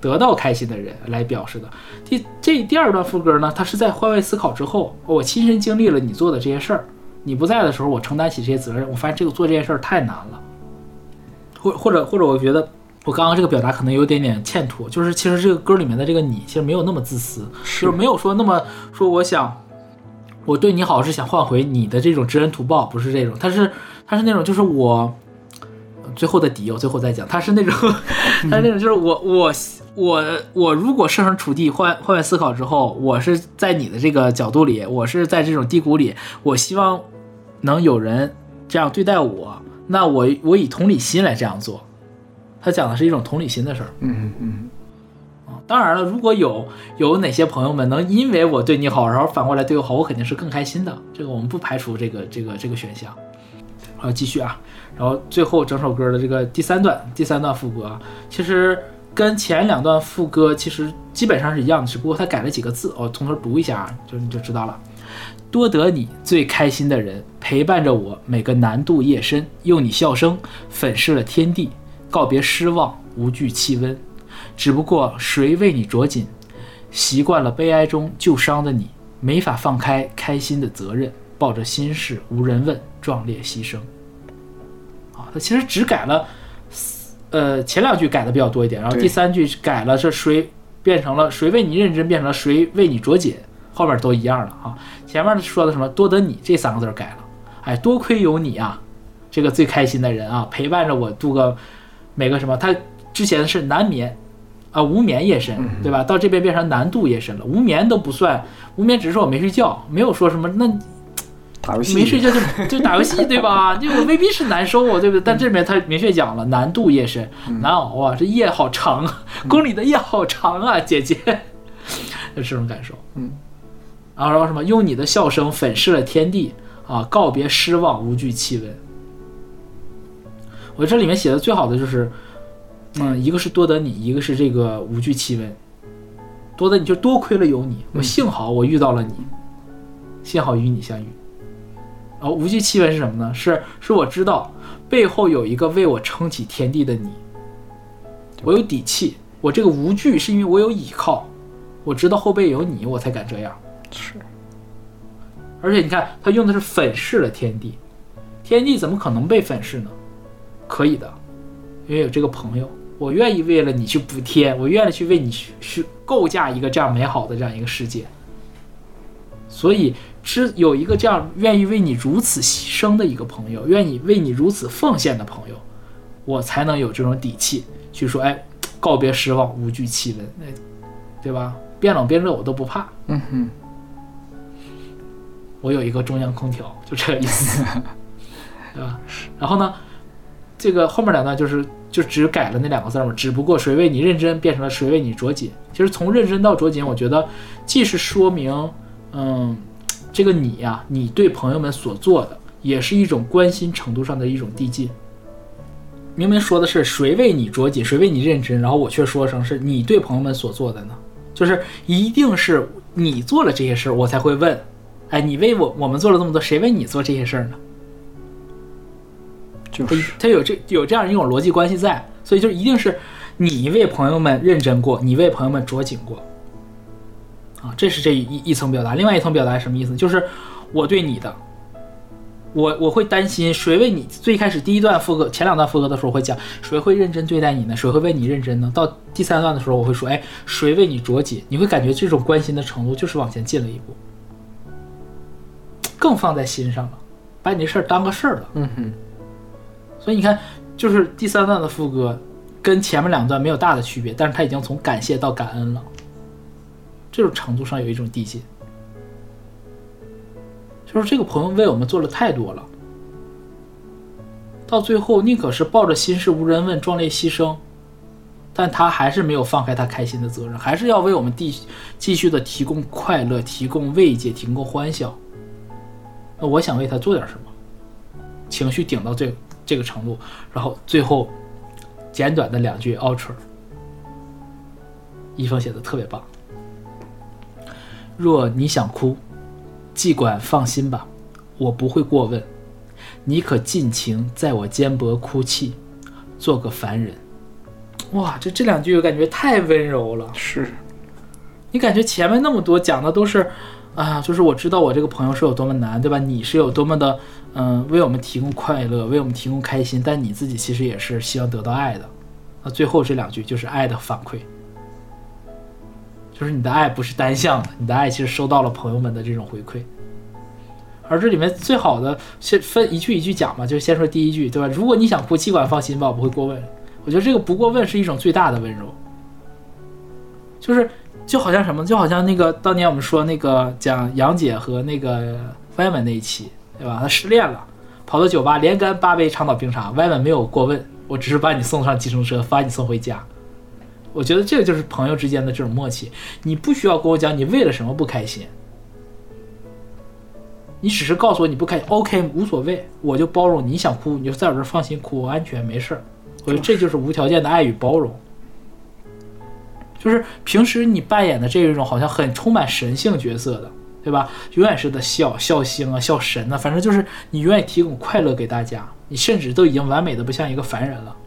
得到开心的人来表示的。第二段副歌呢，它是在换位思考之后，我亲身经历了你做的这些事儿，你不在的时候我承担起这些责任，我发现这个做这件事儿太难了。或者我觉得我刚刚这个表达可能有点欠妥，就是其实这个歌里面的这个你其实没有那么自私，就是没有说那么说我对你好是想换回你的这种知恩图报，不是这种，他是那种就是我最后的底我最后再讲，他是那种就是我如果设身处地换位思考之后，我是在你的这个角度里，我是在这种低谷里，我希望能有人这样对待我，那我以同理心来这样做。他讲的是一种同理心的事儿。当然了，如果有哪些朋友们能因为我对你好，然后反过来对我好，我肯定是更开心的。这个我们不排除这个选项。好，继续啊。然后最后整首歌的这个第三段副歌啊，其实跟前2段副歌其实基本上是一样的，只不过他改了几个字。我从头读一下，你就知道了。多得你最开心的人，陪伴着我每个南渡夜深，用你笑声粉饰了天地。告别失望，无惧气温，只不过谁为你着紧？习惯了悲哀中旧伤的你，没法放开开心的责任，抱着心事无人问，壮烈牺牲。他其实只改了，前2句改的比较多一点，然后第3句改了是谁变成了谁为你认真，变成了谁为你着紧，后面都一样了啊。前面说的什么多得你这3个字改了，多亏有你啊，这个最开心的人啊，陪伴着我度过每个什么，他之前是难眠无眠夜深，对吧？到这边变成难度夜深了，无眠都不算，无眠只是说我没睡觉，没有说什么那打游戏没睡觉就打游戏，对吧？这我未必是难受，对不对？但这边他明确讲了，难度夜深，难熬啊，这夜好长，宫里的夜好长啊，姐姐，就这种感受。然后什么，用你的笑声粉饰了天地啊，告别失望，无惧气温。我这里面写的最好的就是，一个是多得你，一个是这个无惧气温。多得你就多亏了有你，我幸好我遇到了你，幸好与你相遇。然后无惧气温是什么呢？是我知道背后有一个为我撑起天地的你，我有底气，我这个无惧是因为我有倚靠，我知道后背有你，我才敢这样。 是， 而且你看他用的是粉饰了天地，天地怎么可能被粉饰呢？可以的，因为有这个朋友，我愿意为了你去补贴，我愿意去为你去构架一个这样美好的这样一个世界。所以有一个这样愿意为你如此牺牲的一个朋友，愿意为你如此奉献的朋友，我才能有这种底气去说，告别失望，无惧气温，对吧？变冷变热我都不怕。我有一个中央空调，就这个意思，对吧？然后呢，这个后面2段就只改了那2个字嘛，只不过谁为你认真变成了谁为你着紧。其实从认真到着紧，我觉得既是说明这个你呀，你对朋友们所做的也是一种关心程度上的一种递进。明明说的是谁为你着紧，谁为你认真，然后我却说成是你对朋友们所做的呢？就是一定是你做了这些事儿，我才会问，你为我们做了这么多，谁为你做这些事儿呢？他有这样一种逻辑关系在，所以就一定是你为朋友们认真过，你为朋友们着紧过啊，这是这一层表达。另外一层表达是什么意思？就是我对你的，我会担心谁为你。最开始第1段副歌前2段副歌的时候会讲谁会认真对待你呢？谁会为你认真呢？到第3段的时候我会说，谁为你着紧？你会感觉这种关心的程度就是往前进了一步，更放在心上了，把你这事儿当个事儿了。所以你看，就是第3段的副歌跟前面2段没有大的区别，但是他已经从感谢到感恩了，这种程度上有一种递进。就是这个朋友为我们做了太多了，到最后宁可是抱着心事无人问，壮烈牺牲，但他还是没有放开他开心的责任，还是要为我们继续的提供快乐，提供慰藉，提供欢笑。那我想为他做点什么，情绪顶到这个程度，然后最后简短的2句 outro， 一峰写的特别棒。若你想哭，尽管放心吧，我不会过问，你可尽情在我肩膊哭泣，做个凡人。 哇，这2句我感觉太温柔了。 是， 你感觉前面那么多讲的都是啊，就是我知道我这个朋友是有多么难，对吧？你是有多么的为我们提供快乐，为我们提供开心，但你自己其实也是希望得到爱的。那最后这2句就是爱的反馈，就是你的爱不是单向的，你的爱其实收到了朋友们的这种回馈。而这里面最好的先分一句一句讲嘛，就是先说第一句，对吧？如果你想哭，尽管放心吧，我不会过问。我觉得这个不过问是一种最大的温柔，就好像什么，就好像那个当年我们说那个讲杨姐和那个歪文那一期，对吧？她失恋了，跑到酒吧连干8杯长岛冰茶，歪文没有过问，我只是把你送上计程车，把你送回家。我觉得这个就是朋友之间的这种默契，你不需要跟我讲你为了什么不开心，你只是告诉我你不开心 ，OK 无所谓，我就包容你想哭，你就在我这儿放心哭，我安全没事。我觉得这就是无条件的爱与包容。就是平时你扮演的这一种好像很充满神性角色的，对吧？永远是的笑星啊，笑神啊，反正就是你永远提供快乐给大家，你甚至都已经完美的不像一个凡人了。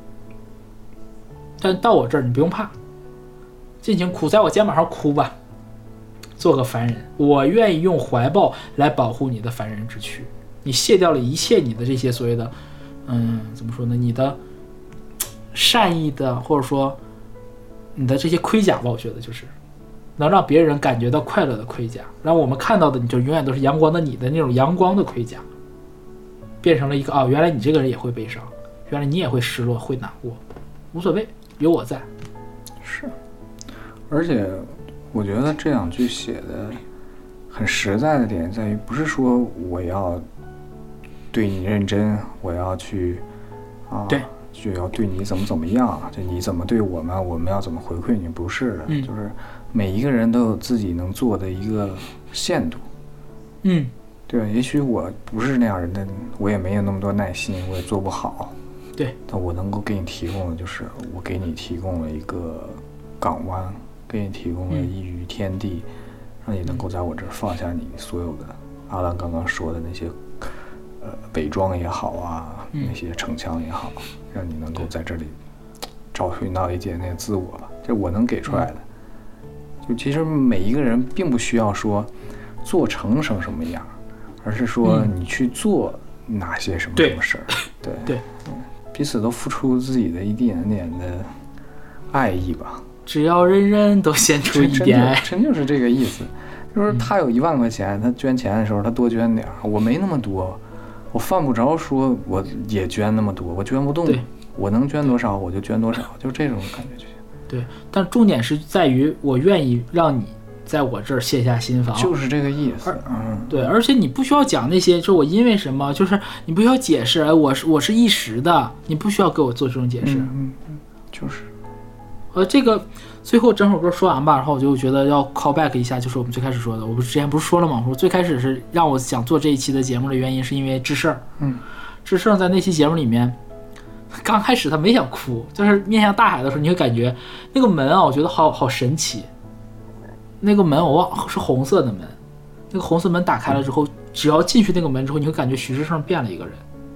但到我这儿你不用怕，尽情哭，在我肩膀上哭吧，做个凡人，我愿意用怀抱来保护你的凡人之躯。你卸掉了一切你的这些所谓的怎么说呢，你的善意的，或者说你的这些盔甲吧，我觉得就是能让别人感觉到快乐的盔甲，让我们看到的你就永远都是阳光的你的那种阳光的盔甲，变成了一个原来你这个人也会悲伤，原来你也会失落会难过，无所谓，有我在。 是，而且我觉得这2句写的很实在的点在于，不是说我要对你认真，我要去对， 就要对你怎么样，就你怎么对我们，我们要怎么回馈你，不是的，就是每一个人都有自己能做的一个限度。对，也许我不是那样人的，我也没有那么多耐心，我也做不好。 对， 但我能够给你提供的就是我给你提供了一个港湾，给你提供了一隅天地，让你能够在我这儿放下你所有的阿兰刚刚说的那些伪装也好啊，那些逞强也好，让你能够在这里找寻到一点那个自我吧，这我能给出来的。就其实每一个人并不需要说做成什么样，而是说你去做哪些什么事儿。对，彼此都付出自己的一点点的爱意吧。 只要人人都献出一点爱， 真就是这个意思。就是他有1万块钱，他捐钱的时候他多捐点，我没那么多，我犯不着说我也捐那么多，我捐不动，我能捐多少我就捐多少，就这种感觉就行。 对，但重点是在于我愿意让你在我这儿卸下心防， 就是这个意思。 对，而且你不需要讲那些，就我因为什么，就是你不需要解释，我是一时的，你不需要给我做这种解释。 就是。 这个最后整首歌说完吧，然后我就觉得要 call back 一下，就是我们最开始说的，我之前不是说了吗？我最开始是让我想做这一期的节目的原因，是因为智胜。智胜在那期节目里面，刚开始他没想哭，就是面向大海的时候，你会感觉那个门啊，我觉得好神奇。那个门我忘是红色的门，那个红色门打开了之后，只要进去那个门之后，你会感觉徐志胜变了一个人。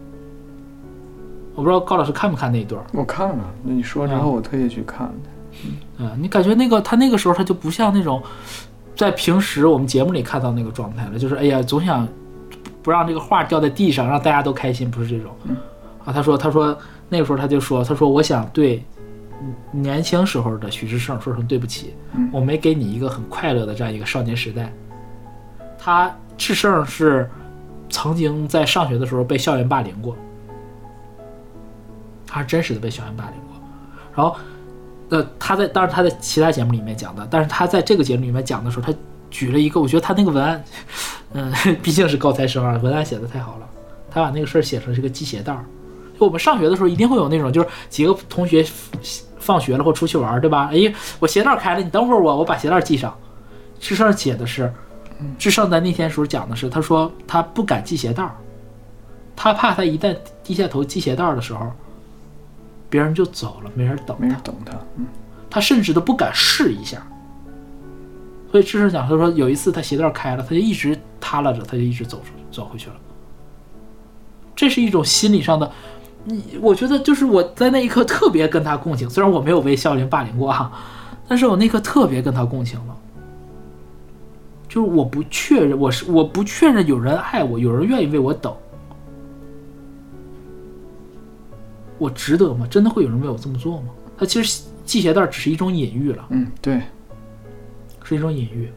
我不知道高老师看不看那一段？ 我看了，那你说之后我特意去看的。 你感觉他那个时候他就不像那种在平时我们节目里看到那个状态了，就是哎呀总想不让这个画掉在地上，让大家都开心，不是这种。他说那个时候他说我想对年轻时候的许志胜说声对不起，我没给你一个很快乐的这样一个少年时代。志胜是曾经在上学的时候被校园霸凌过。他是真实的被校园霸凌过，然后，当然他在其他节目里面讲的，但是他在这个节目里面讲的时候，他举了一个，我觉得他那个文案，毕竟是高材生啊，文案写的太好了，他把那个事儿写成是个系鞋带儿。就我们上学的时候一定会有那种，就是几个同学放学了或出去玩，对吧？哎，我鞋带开了，你等会儿我把鞋带系上。智胜写的是，智胜在那天时候讲的是，他说他不敢系鞋带，他怕他一旦低下头系鞋带的时候。别人就走了，没人等他。他甚至都不敢试一下。所以智胜讲，他说有一次他鞋带开了，他就一直耷拉着，他就一直走回去了。这是一种心理上的我觉得就是我在那一刻特别跟他共情，虽然我没有被校园霸凌过哈，但是我那一刻特别跟他共情了。就是我不确认，我不确认有人爱我，有人愿意为我等，我值得吗？真的会有人为我这么做吗？他其实系鞋带只是一种隐喻了， 对， 是一种隐喻。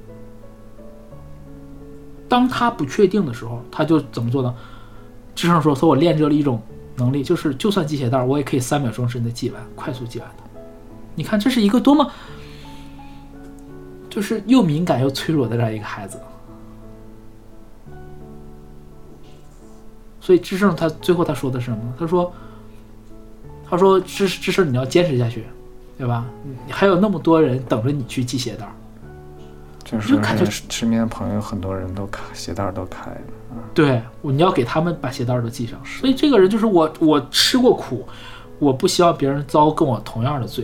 当他不确定的时候，他就怎么做呢？智胜说我练就了一种能力，就是就算系鞋带，我也可以3秒钟之内系完，快速系完的。你看，这是一个多么就是又敏感又脆弱的这样一个孩子。所以智胜他最后他说的是什么呢？他说智胜你要坚持下去，对吧？你还有那么多人等着你去系鞋带。 就是身边的朋友很多人都鞋带都开了， 对，你要给他们把鞋带都系上。所以这个人就是我吃过苦，我不希望别人遭跟我同样的罪。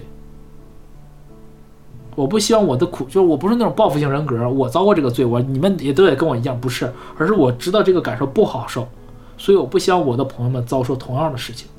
我不希望我的苦，就是我不是那种报复性人格，我遭过这个罪，你们也都得跟我一样，不是，而是我知道这个感受不好受，所以我不希望我的朋友们遭受同样的事情。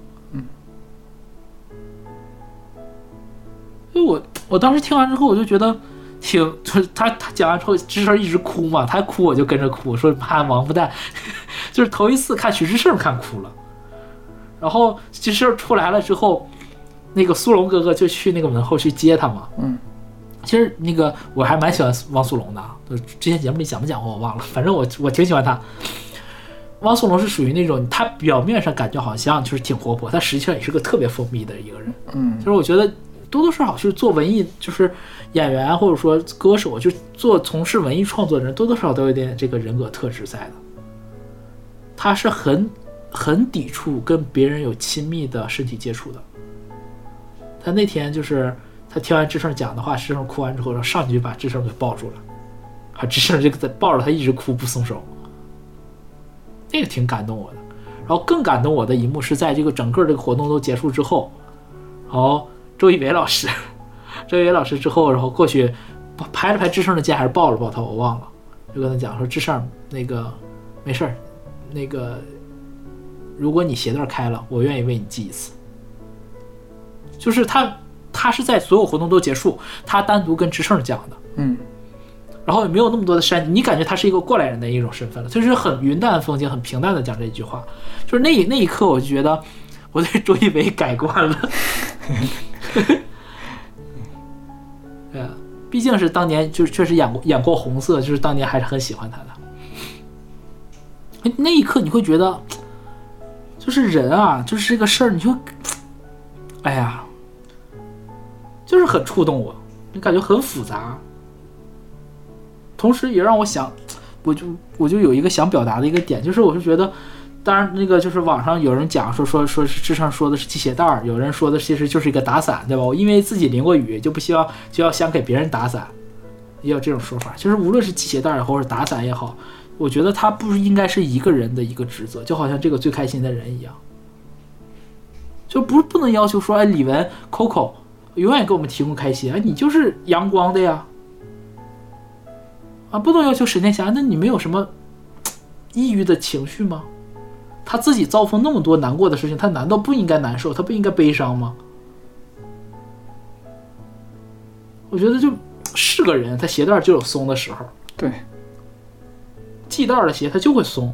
所以我当时听完之后，我就觉得就是他讲完之后，智胜一直哭嘛，他哭我就跟着哭，说妈王八蛋，就是头一次看许志胜看哭了。然后这事出来了之后，那个苏龙哥哥就去那个门后去接他嘛。其实那个我还蛮喜欢汪苏泷的，之前节目里讲没讲过我忘了，反正我挺喜欢他。汪苏泷是属于那种他表面上感觉好像就是挺活泼，他实际上也是个特别封闭的一个人。就是我觉得多多少少就是做文艺，就是演员或者说歌手，就从事文艺创作的人，多多少少都有点这个人格特质在的。他是很抵触跟别人有亲密的身体接触的。他那天就是他听完智胜讲的话，智胜哭完之后，然后上去就把智胜给抱住了，智胜就抱着他一直哭不松手，那个挺感动我的。然后更感动我的一幕是在这个整个这个活动都结束之后，然后周一围老师之后，然后过去拍了拍智胜的肩，还是抱了抱他，我忘了，就跟他讲说智胜那个没事，那个如果你鞋带开了，我愿意为你系一次。就是他是在所有活动都结束，他单独跟智胜讲的，然后也没有那么多的煽情，你感觉他是一个过来人的一种身份了，就是很云淡风轻、很平淡的讲这一句话。就是那一刻，我就觉得我对周一围改观了。对啊，毕竟是当年就是确实演过红色，就是当年还是很喜欢他的。那一刻你会觉得，就是人啊，就是这个事儿，你就，哎呀。就是很触动我，你感觉很复杂，同时也让我想，我就有一个想表达的一个点，就是我是觉得，当然那个就是网上有人讲说是智胜说的是系鞋带，有人说的其实就是一个打伞，对吧？我因为自己淋过雨，就不希望就要想给别人打伞，也有这种说法。就是无论是系鞋带也好，或者打伞也好，我觉得它不应该是一个人的一个职责，就好像这个最开心的人一样，就不能要求说，哎，李玟、Coco。永远给我们提供开心，你就是阳光的呀，不能要求沈殿霞，那你没有什么抑郁的情绪吗？他自己遭逢那么多难过的事情，他难道不应该难受？他不应该悲伤吗？我觉得就是个人，他鞋带就有松的时候， 对， 系带的鞋他就会松。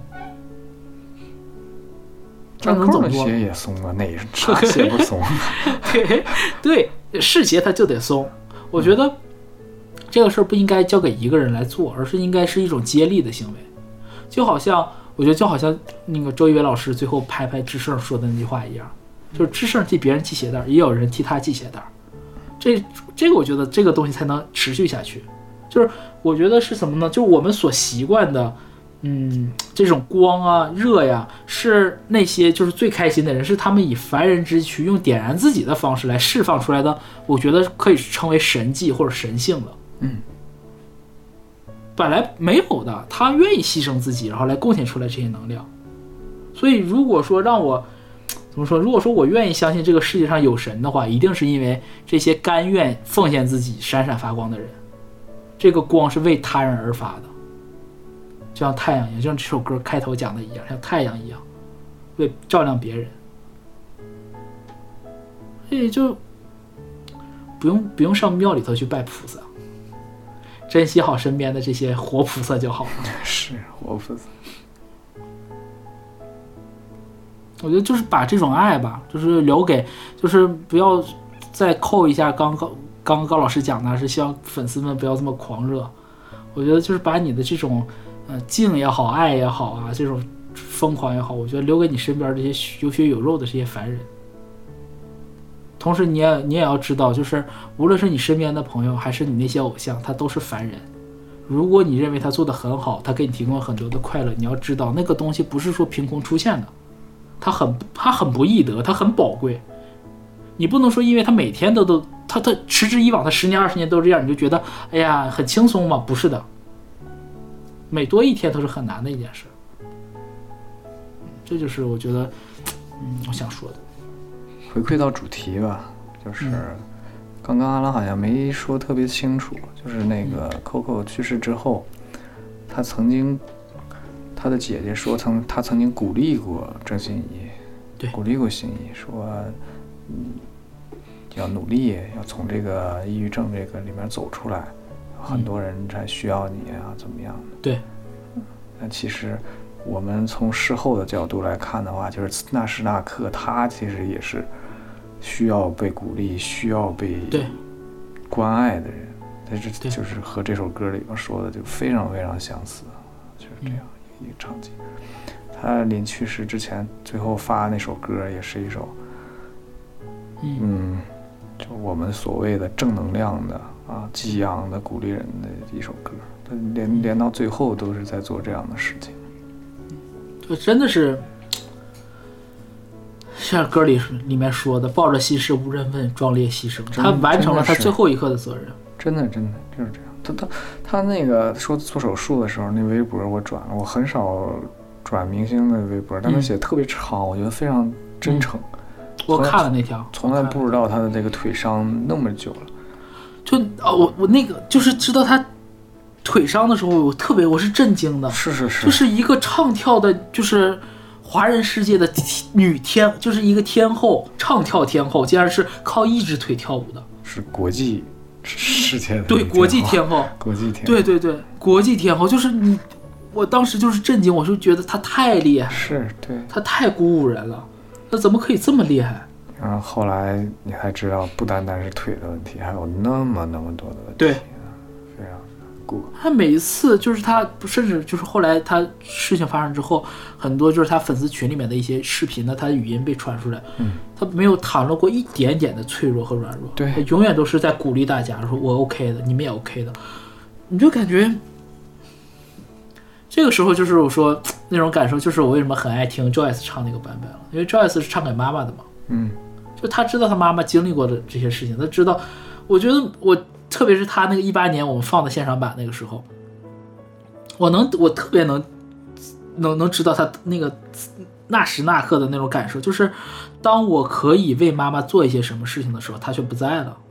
扎扣的鞋也松啊，哪啥鞋不松？ 对，是鞋它就得松。我觉得这个事儿不应该交给一个人来做，而是应该是一种接力的行为。我觉得就好像那个周一围老师最后拍智胜说的那句话一样，就是智胜替别人系鞋带，也有人替他系鞋带。这个我觉得这个东西才能持续下去。就是我觉得是什么呢？就是我们所习惯的。这种光啊、热呀，是那些就是最开心的人，是他们以凡人之躯用点燃自己的方式来释放出来的，我觉得可以称为神迹或者神性的。本来没有的，他愿意牺牲自己，然后来贡献出来这些能量。所以如果说让我怎么说，如果说我愿意相信这个世界上有神的话，一定是因为这些甘愿奉献自己、闪闪发光的人，这个光是为他人而发的。就像太阳一样，就像这首歌开头讲的一样，像太阳一样，为照亮别人。 所以就不用上庙里头去拜菩萨，珍惜好身边的这些活菩萨就好了。 是活菩萨。 我觉得就是把这种爱吧，就是留给，就是不要再扣一下刚刚高老师讲的，是希望粉丝们不要这么狂热。我觉得就是把你的这种敬也好，爱也好啊，这种疯狂也好，我觉得留给你身边这些有血有肉的这些凡人。同时你也要知道，就是无论是你身边的朋友还是你那些偶像，他都是凡人。如果你认为他做得很好，他给你提供了很多的快乐，你要知道那个东西不是说凭空出现的，他很不易得，他很宝贵。你不能说因为他每天他持之以往，他10年20年都这样，你就觉得哎呀很轻松嘛？不是的，每多一天都是很难的一件事。这就是我觉得我想说的。 回馈到主题吧，就是刚刚阿兰好像没说特别清楚，就是那个 Coco 去世之后，他的姐姐说他曾经鼓励过郑欣宜， 对， 鼓励过欣宜说要努力，要从这个抑郁症这个里面走出来，很多人才需要你啊，怎么样的？ 对。 但其实我们从事后的角度来看的话，就是那时那刻他其实也是需要被鼓励、需要被关爱的人。这就是和这首歌里边说的就非常非常相似，就是这样一个场景。他临去世之前最后发那首歌也是一首就我们所谓的正能量的激昂的鼓励人的一首歌，他连到最后都是在做这样的事情。 这真的是像歌里面说的，抱着心事无人问，壮烈牺牲，他完成了他最后一刻的责任。 真的就是这样。他那个说做手术的时候，那微博我转了，我很少转明星的微博，但他写特别长，我觉得非常真诚。 我看了那条， 从来不知道他的这个腿伤那么久了。 就我那个就是知道他腿伤的时候，我是震惊的。 是， 就是一个唱跳的，就是华人世界的女天，就是一个天后，唱跳天后，竟然是靠一只腿跳舞的， 是国际世界的对国际天后， 国际天后， 对国际天后，就是我当时就是震惊，我就觉得她太厉害了， 是对， 她太鼓舞人了。那怎么可以这么厉害？ 然后后来你才知道，不单单是腿的问题，还有那么多的问题。 对， 非常酷。 他每一次就是他，甚至就是后来他事情发生之后，很多就是他粉丝群里面的一些视频呢，他的语音被传出来，他没有袒露过一点点的脆弱和软弱， 对， 他永远都是在鼓励大家，说我 OK 的，你们也 OK 的，你就感觉。这个时候就是我说那种感受，就是我为什么很爱听 Joyce 唱那个版本了，因为 Joyce 是唱给妈妈的嘛，就他知道他妈妈经历过的这些事情，他知道，我觉得特别是他那个18年我们放的现场版那个时候，我特别能知道他那个那时那刻的那种感受，就是当我可以为妈妈做一些什么事情的时候，他却不在了。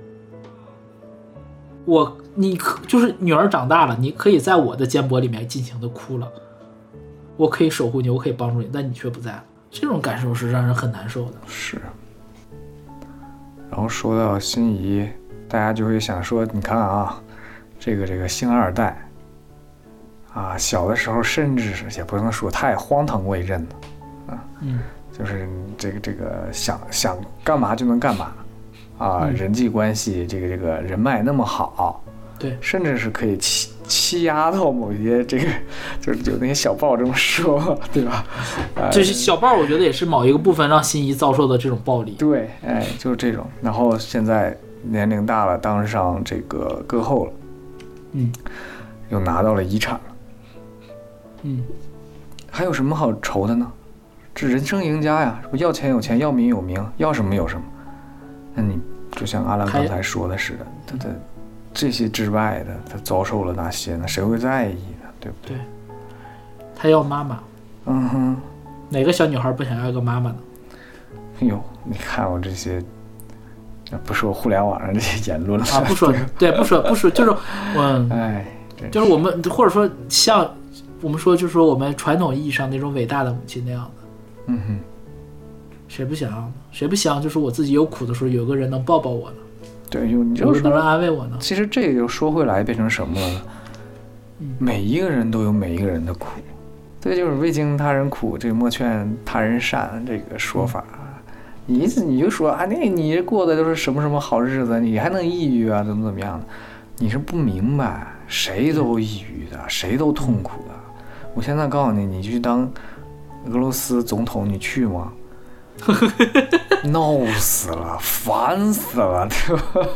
就是女儿长大了，你可以在我的肩膊里面尽情的哭了，我可以守护你，我可以帮助你，但你却不在了，这种感受是让人很难受的。 是。然后说到欣宜，大家就会想说，你看啊，这个星二代啊，小的时候甚至是也不能说太荒唐过一阵子啊，就是这个想干嘛就能干嘛。人际关系这个人脉那么好， 对， 甚至是可以欺压到某些就是有那些小报这么说，对吧？ 就是小报，我觉得也是某一个部分让欣宜遭受的这种暴力。 对，就是这种。然后现在年龄大了，当上这个歌后了，又拿到了遗产了，还有什么好愁的呢？这人生赢家呀，要钱有钱，要名有名，要什么有什么。那你就像阿兰刚才说的似的，他的这些之外的，他遭受了那些呢？谁会在意呢？对不对？ 他要妈妈。哪个小女孩不想要一个妈妈呢？ 哎呦，你看我这些，不说互联网上这些言论了不说，对，不说，就是就是我们或者说像我们说，就是说我们传统意义上那种伟大的母亲那样的。 谁不想？谁不想？就是我自己有苦的时候，有个人能抱抱我呢？ 对，你有个人能安慰我呢？ 其实这个就说回来变成什么了呢？每一个人都有每一个人的苦，这就是未经他人苦，这莫劝他人善这个说法。你就说啊，那你过的都是什么什么好日子，你还能抑郁啊？怎么样的？你是不明白，谁都抑郁的，谁都痛苦的。我现在告诉你，你去当俄罗斯总统，你去吗？闹死了，烦死了，对吧？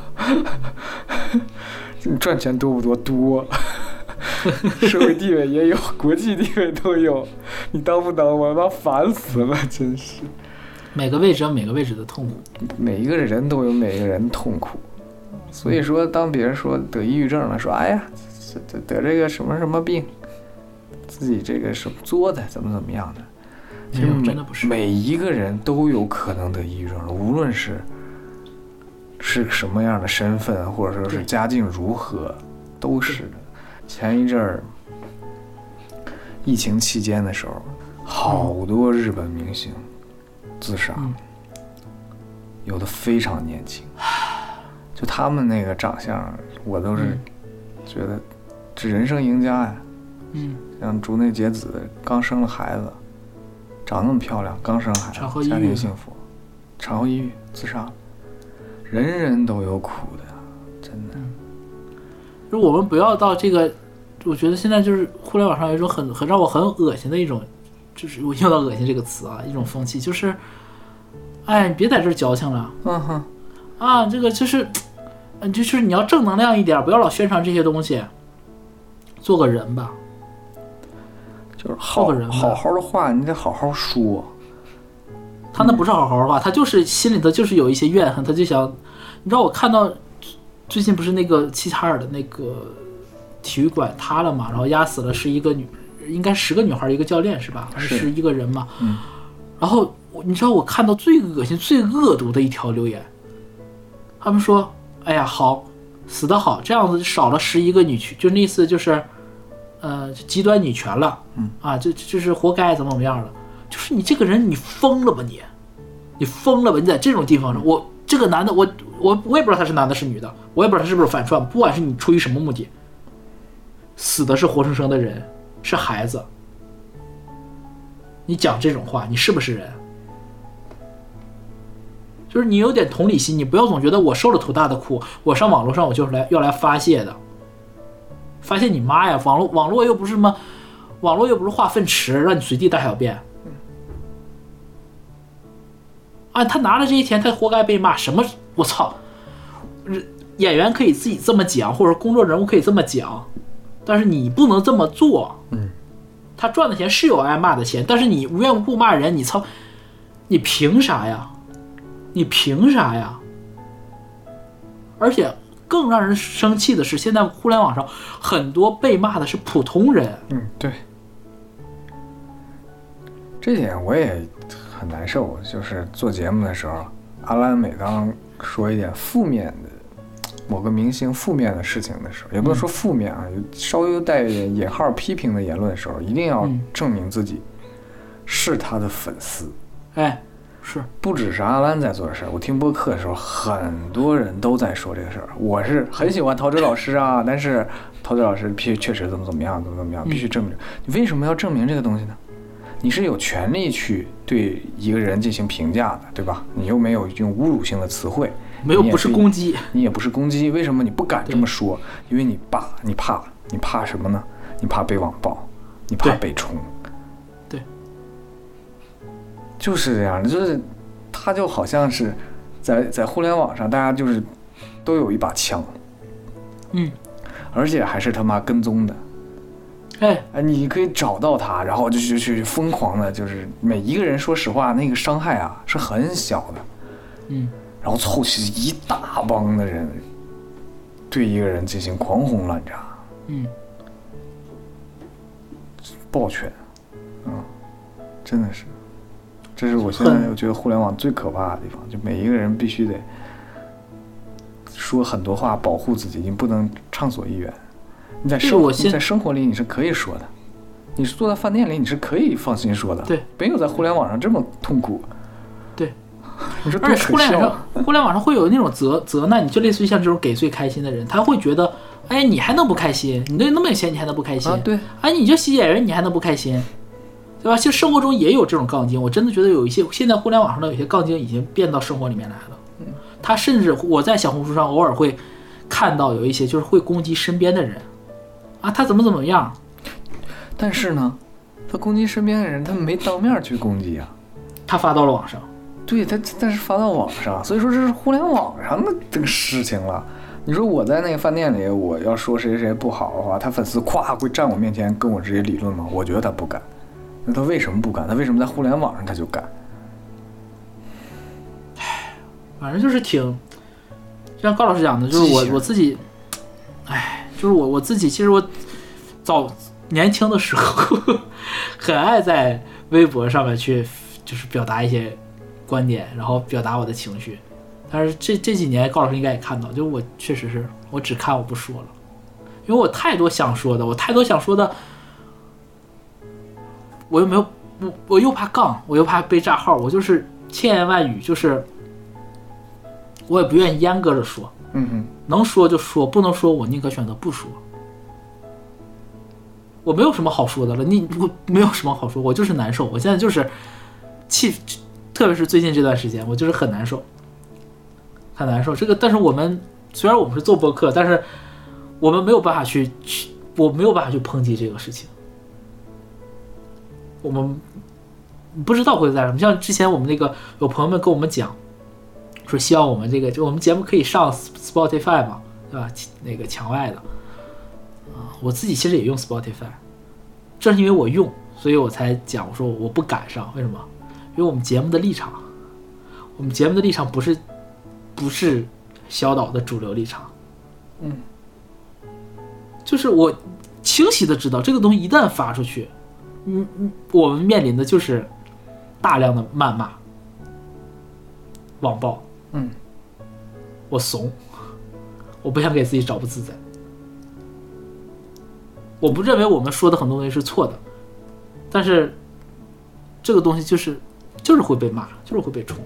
你赚钱多不多？多，社会地位也有，国际地位都有，你当不当？我他妈烦死了，真是。 每个位置有每个位置的痛苦， 每一个人都有每个人的痛苦。所以说，当别人说得抑郁症了，说哎呀，得这个什么什么病，自己这个什么作的，怎么样的。其实真的不是， 每一个人都有可能得抑郁症，无论是什么样的身份，或者说是家境如何，都是的。前一阵儿疫情期间的时候，好多日本明星自杀，有的非常年轻，就他们那个长相，我都是觉得这人生赢家呀。像竹内结子刚生了孩子。长那么漂亮，刚生孩子，家庭幸福，产后抑郁自杀了，人人都有苦的，真的。 就我们不要到这个，我觉得现在就是互联网上有一种很让我很恶心的一种，就是我用到恶心这个词啊，一种风气，就是，哎，你别在这儿矫情了，啊，这个就是，就是你要正能量一点，不要老宣传这些东西，做个人吧。 就是好好的话，你得好好说。 他那不是好好的话，他就是心里头就是有一些怨恨，他就想，你知道我看到最近不是那个齐齐哈尔的那个体育馆塌了嘛，然后压死了是一个应该10个女孩一个教练是吧？是一个人嘛。然后你知道我看到最恶心、最恶毒的一条留言，他们说：“哎呀，好，死得好，这样子少了11个女婿，就那意思就是。”极端女权了，就是活该，怎么样了？就是你这个人，你疯了吧你疯了吧？你在这种地方上，我这个男的，我也不知道他是男的是女的，我也不知道他是不是反串，不管是你出于什么目的，死的是活生生的人，是孩子，你讲这种话，你是不是人？就是你有点同理心，你不要总觉得我受了多大的苦，我上网络上我就是要来发泄的。发现你妈呀！网络又不是什么，网络又不是化粪池，让你随地大小便。啊，他拿了这些钱，他活该被骂。什么？我操！演员可以自己这么讲，或者公众人物可以这么讲，但是你不能这么做。他赚的钱是有挨骂的钱，但是你无缘无故骂人，你操！你凭啥呀？你凭啥呀？而且。更让人生气的是，现在互联网上很多被骂的是普通人。 对，这点我也很难受。就是做节目的时候，阿兰每当说一点负面的某个明星负面的事情的时候，也不能说负面啊，稍微带一点引号批评的言论的时候，一定要证明自己是他的粉丝。 是不只是阿兰在做的事儿，我听播客的时候，很多人都在说这个事儿。我是很喜欢陶喆老师啊，但是陶喆老师确实怎么样，必须证明。你为什么要证明这个东西呢？你是有权利去对一个人进行评价的，对吧？你又没有用侮辱性的词汇， 不是攻击， 你也不是攻击。为什么你不敢这么说？因为你怕什么呢？你怕被网暴，你怕被冲。就是这样的，就是他就好像是在互联网上，大家就是都有一把枪，而且还是他妈跟踪的，你可以找到他，然后就去疯狂的，就是每一个人，说实话，那个伤害啊是很小的，然后凑齐一大帮的人对一个人进行狂轰滥炸，暴拳，真的是。这是我现在我觉得互联网最可怕的地方，就每一个人必须得说很多话保护自己，你不能畅所欲言。你在生活里你是可以说的，你是坐在饭店里你是可以放心说的， 对， 没有在互联网上这么痛苦。 对， 而且互联网上会有那种责难，你就类似于像这种给最开心的人，他会觉得，哎，你还能不开心？你都那么有钱，你还能不开心？ 对， 哎，你就洗演员，你还能不开心？对吧？其实生活中也有这种杠精，我真的觉得有一些现在互联网上的有些杠精已经变到生活里面来了。他甚至我在小红书上偶尔会看到有一些就是会攻击身边的人，啊，他怎么样？ 但是呢，他攻击身边的人，他没当面去攻击啊， 他发到了网上。 对，但是发到网上，所以说这是互联网上的这个事情了。你说我在那个饭店里，我要说谁谁不好的话，他粉丝咵会站我面前跟我直接理论吗？我觉得他不敢。那他为什么不敢？他为什么在互联网上他就敢？ 反正就是挺，像高老师讲的，就是我自己，就是我自己，其实我早年轻的时候很爱在微博上面去就是表达一些观点，然后表达我的情绪。但是这几年高老师应该也看到，就我确实是我只看我不说了，因为我太多想说的，我又没有我又怕杠，我又怕被炸号，我就是千言万语，就是我也不愿意阉割着说，能说就说，不能说我宁可选择不说。我没有什么好说的了，我没有什么好说，我就是难受，我现在就是气，特别是最近这段时间，我就是很难受，很难受。这个，但是我们虽然我们是做播客，但是我们没有办法我没有办法去抨击这个事情。我们不知道会在什么，像之前我们那个有朋友们跟我们讲，说希望我们这个就我们节目可以上 Spotify 嘛，对吧？那个墙外的我自己其实也用 Spotify， 正是因为我用，所以我才讲我说我不敢上，为什么？因为我们节目的立场不是小岛的主流立场，就是我清晰的知道这个东西一旦发出去。我们面临的就是大量的谩骂、网暴。我怂，我不想给自己找不自在。我不认为我们说的很多东西是错的，但是这个东西就是会被骂，就是会被冲。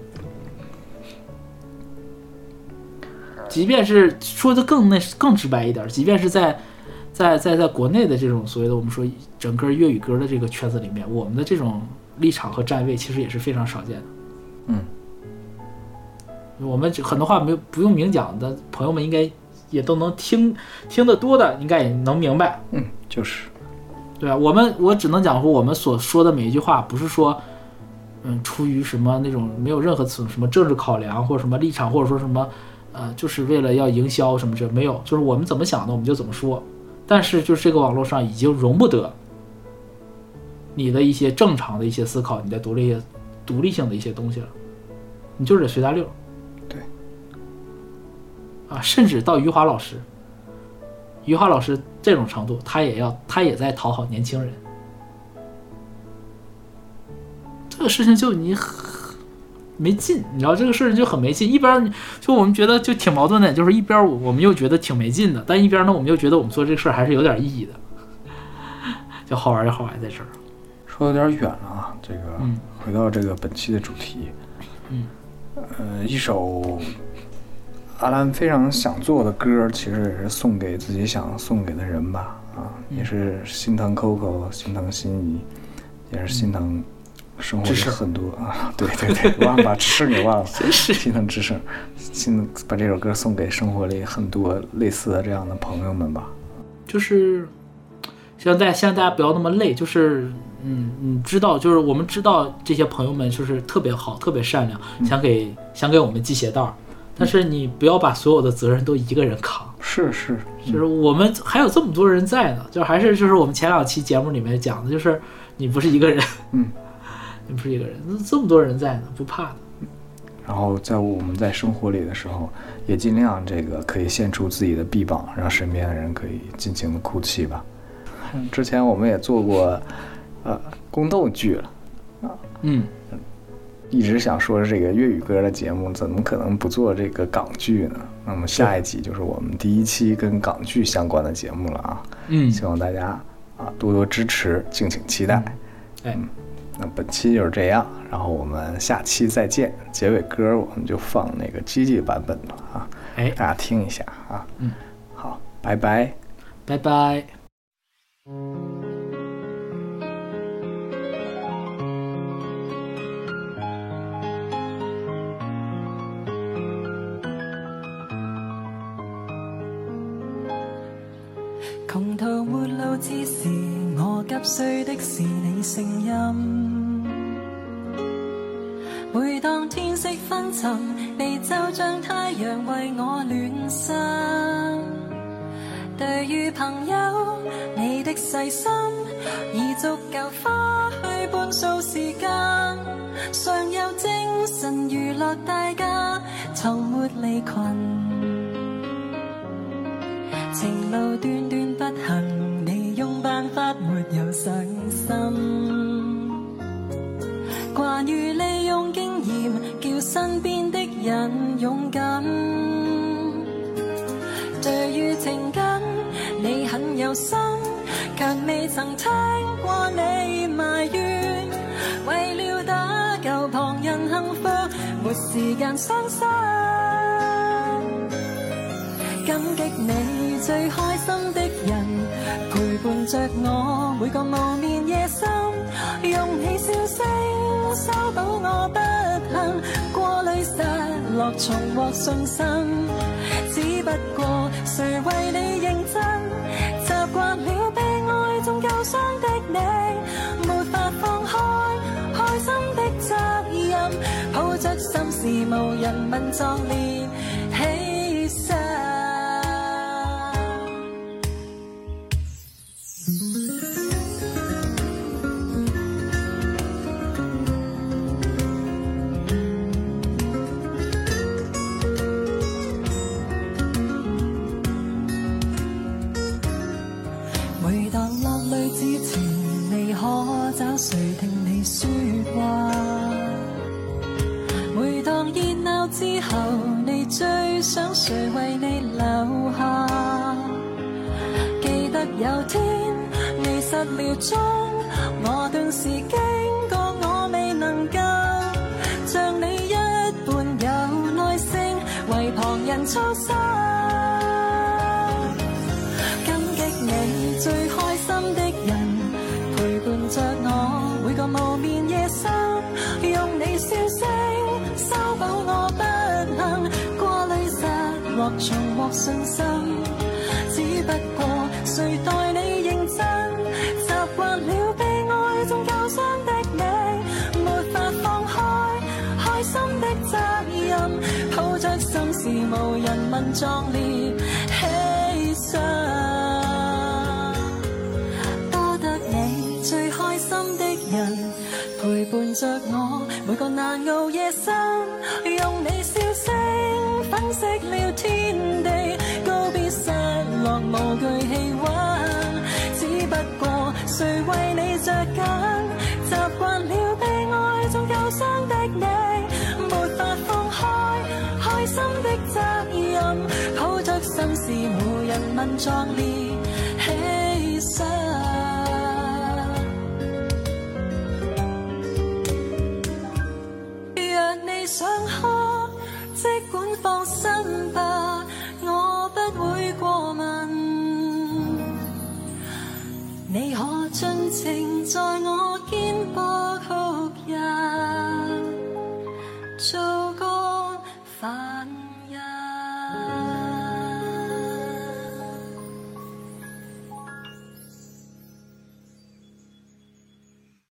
即便是说的更直白一点，即便是在国内的这种所谓的我们说整个粤语歌的这个圈子里面，我们的这种立场和站位其实也是非常少见的。我们很多话不用明讲的朋友们应该也都能听得多的，应该也能明白。 就是对啊，我只能讲说我们所说的每一句话不是说出于什么那种没有任何什么政治考量或者什么立场，或者说什么就是为了要营销什么这没有，就是我们怎么想的我们就怎么说。但是就是这个网络上已经容不得你的一些正常的一些思考，你的独立性的一些东西了，你就是得随大溜。 对甚至到余华老师这种程度，他也在讨好年轻人。这个事情就你没劲，你知道这个事情就很没劲。一边就我们觉得就挺矛盾的，就是一边我们又觉得挺没劲的，但一边呢我们又觉得我们做这个事还是有点意义的，就好玩在这儿。 说有点远了啊，这个回到这个本期的主题，一首阿兰非常想做的歌，其实也是送给自己想送给的人吧，也是心疼 Coco， 心疼心仪，也是心疼生活里很多对，忘了把知识给忘了， 真是心疼知识，把这首歌送给生活里很多类似的这样的朋友们吧。 就是希望大家不要那么累，就是知道，就是我们知道这些朋友们就是特别好，特别善良，想给我们系鞋带，但是你不要把所有的责任都一个人扛。 是， 就是我们还有这么多人在呢，就还是就是我们前2期节目里面讲的，就是你不是一个人，你不是一个人，这么多人在呢，不怕的。 然后在我们在生活里的时候，也尽量这个可以献出自己的臂膀，让身边的人可以尽情的哭泣吧。之前我们也做过宫斗剧了一直想说这个粤语歌的节目怎么可能不做这个港剧呢？那么下一集就是我们第1期跟港剧相关的节目了啊。希望大家多多支持，敬请期待。 那本期就是这样，然后我们下期再见。结尾歌我们就放那个Gigi版本的啊，大家听一下啊。好，拜拜， 拜拜。 窮途末路之時，我急需的是你聲音。每當天色昏沉，你就像太陽為我暖身。對於朋友，你的細心已足夠花去半數時間，尚有精神娛樂大家，從沒離群。情路短短不行，你用辦法沒有上心。關於利用經驗，叫身邊的人勇敢。對於情感，你很有心，卻未曾聽過你埋怨。為了打救旁人幸福，沒時間傷心。感激你最開心的人，陪伴着我每個無眠夜深，用你笑聲修補我不幸，過濾失落重獲信心。只不過誰為你認真，習慣了被愛中救傷的你，沒法放開開心的責任，抱着心事無人問壯烈犧牲。每當落淚之前，你可找誰聽你說話？每當熱鬧之後，你最想誰為你留下？記得有天你失了蹤，我頓時驚覺我未能夠像你一般有耐性為旁人操心。感激你最開心的人，陪伴着我每個無眠夜深，用你笑聲修補我不幸，過濾失落重獲信心。只不過誰待你認真，習慣了被愛中救傷的你，沒法放開開心的責任，抱着心事無人問壯烈犧牲。多得你最開心的人，陪伴着我每個難熬夜深，用你笑聲分析了天地，告別失落無懼氣餒。只不過誰為你着緊，習慣了被愛中救傷的你，沒法放開開心的責任，抱着心事無人問壯烈犧牲。若你想哭，即管放心吧，我不會過問。你可盡情在我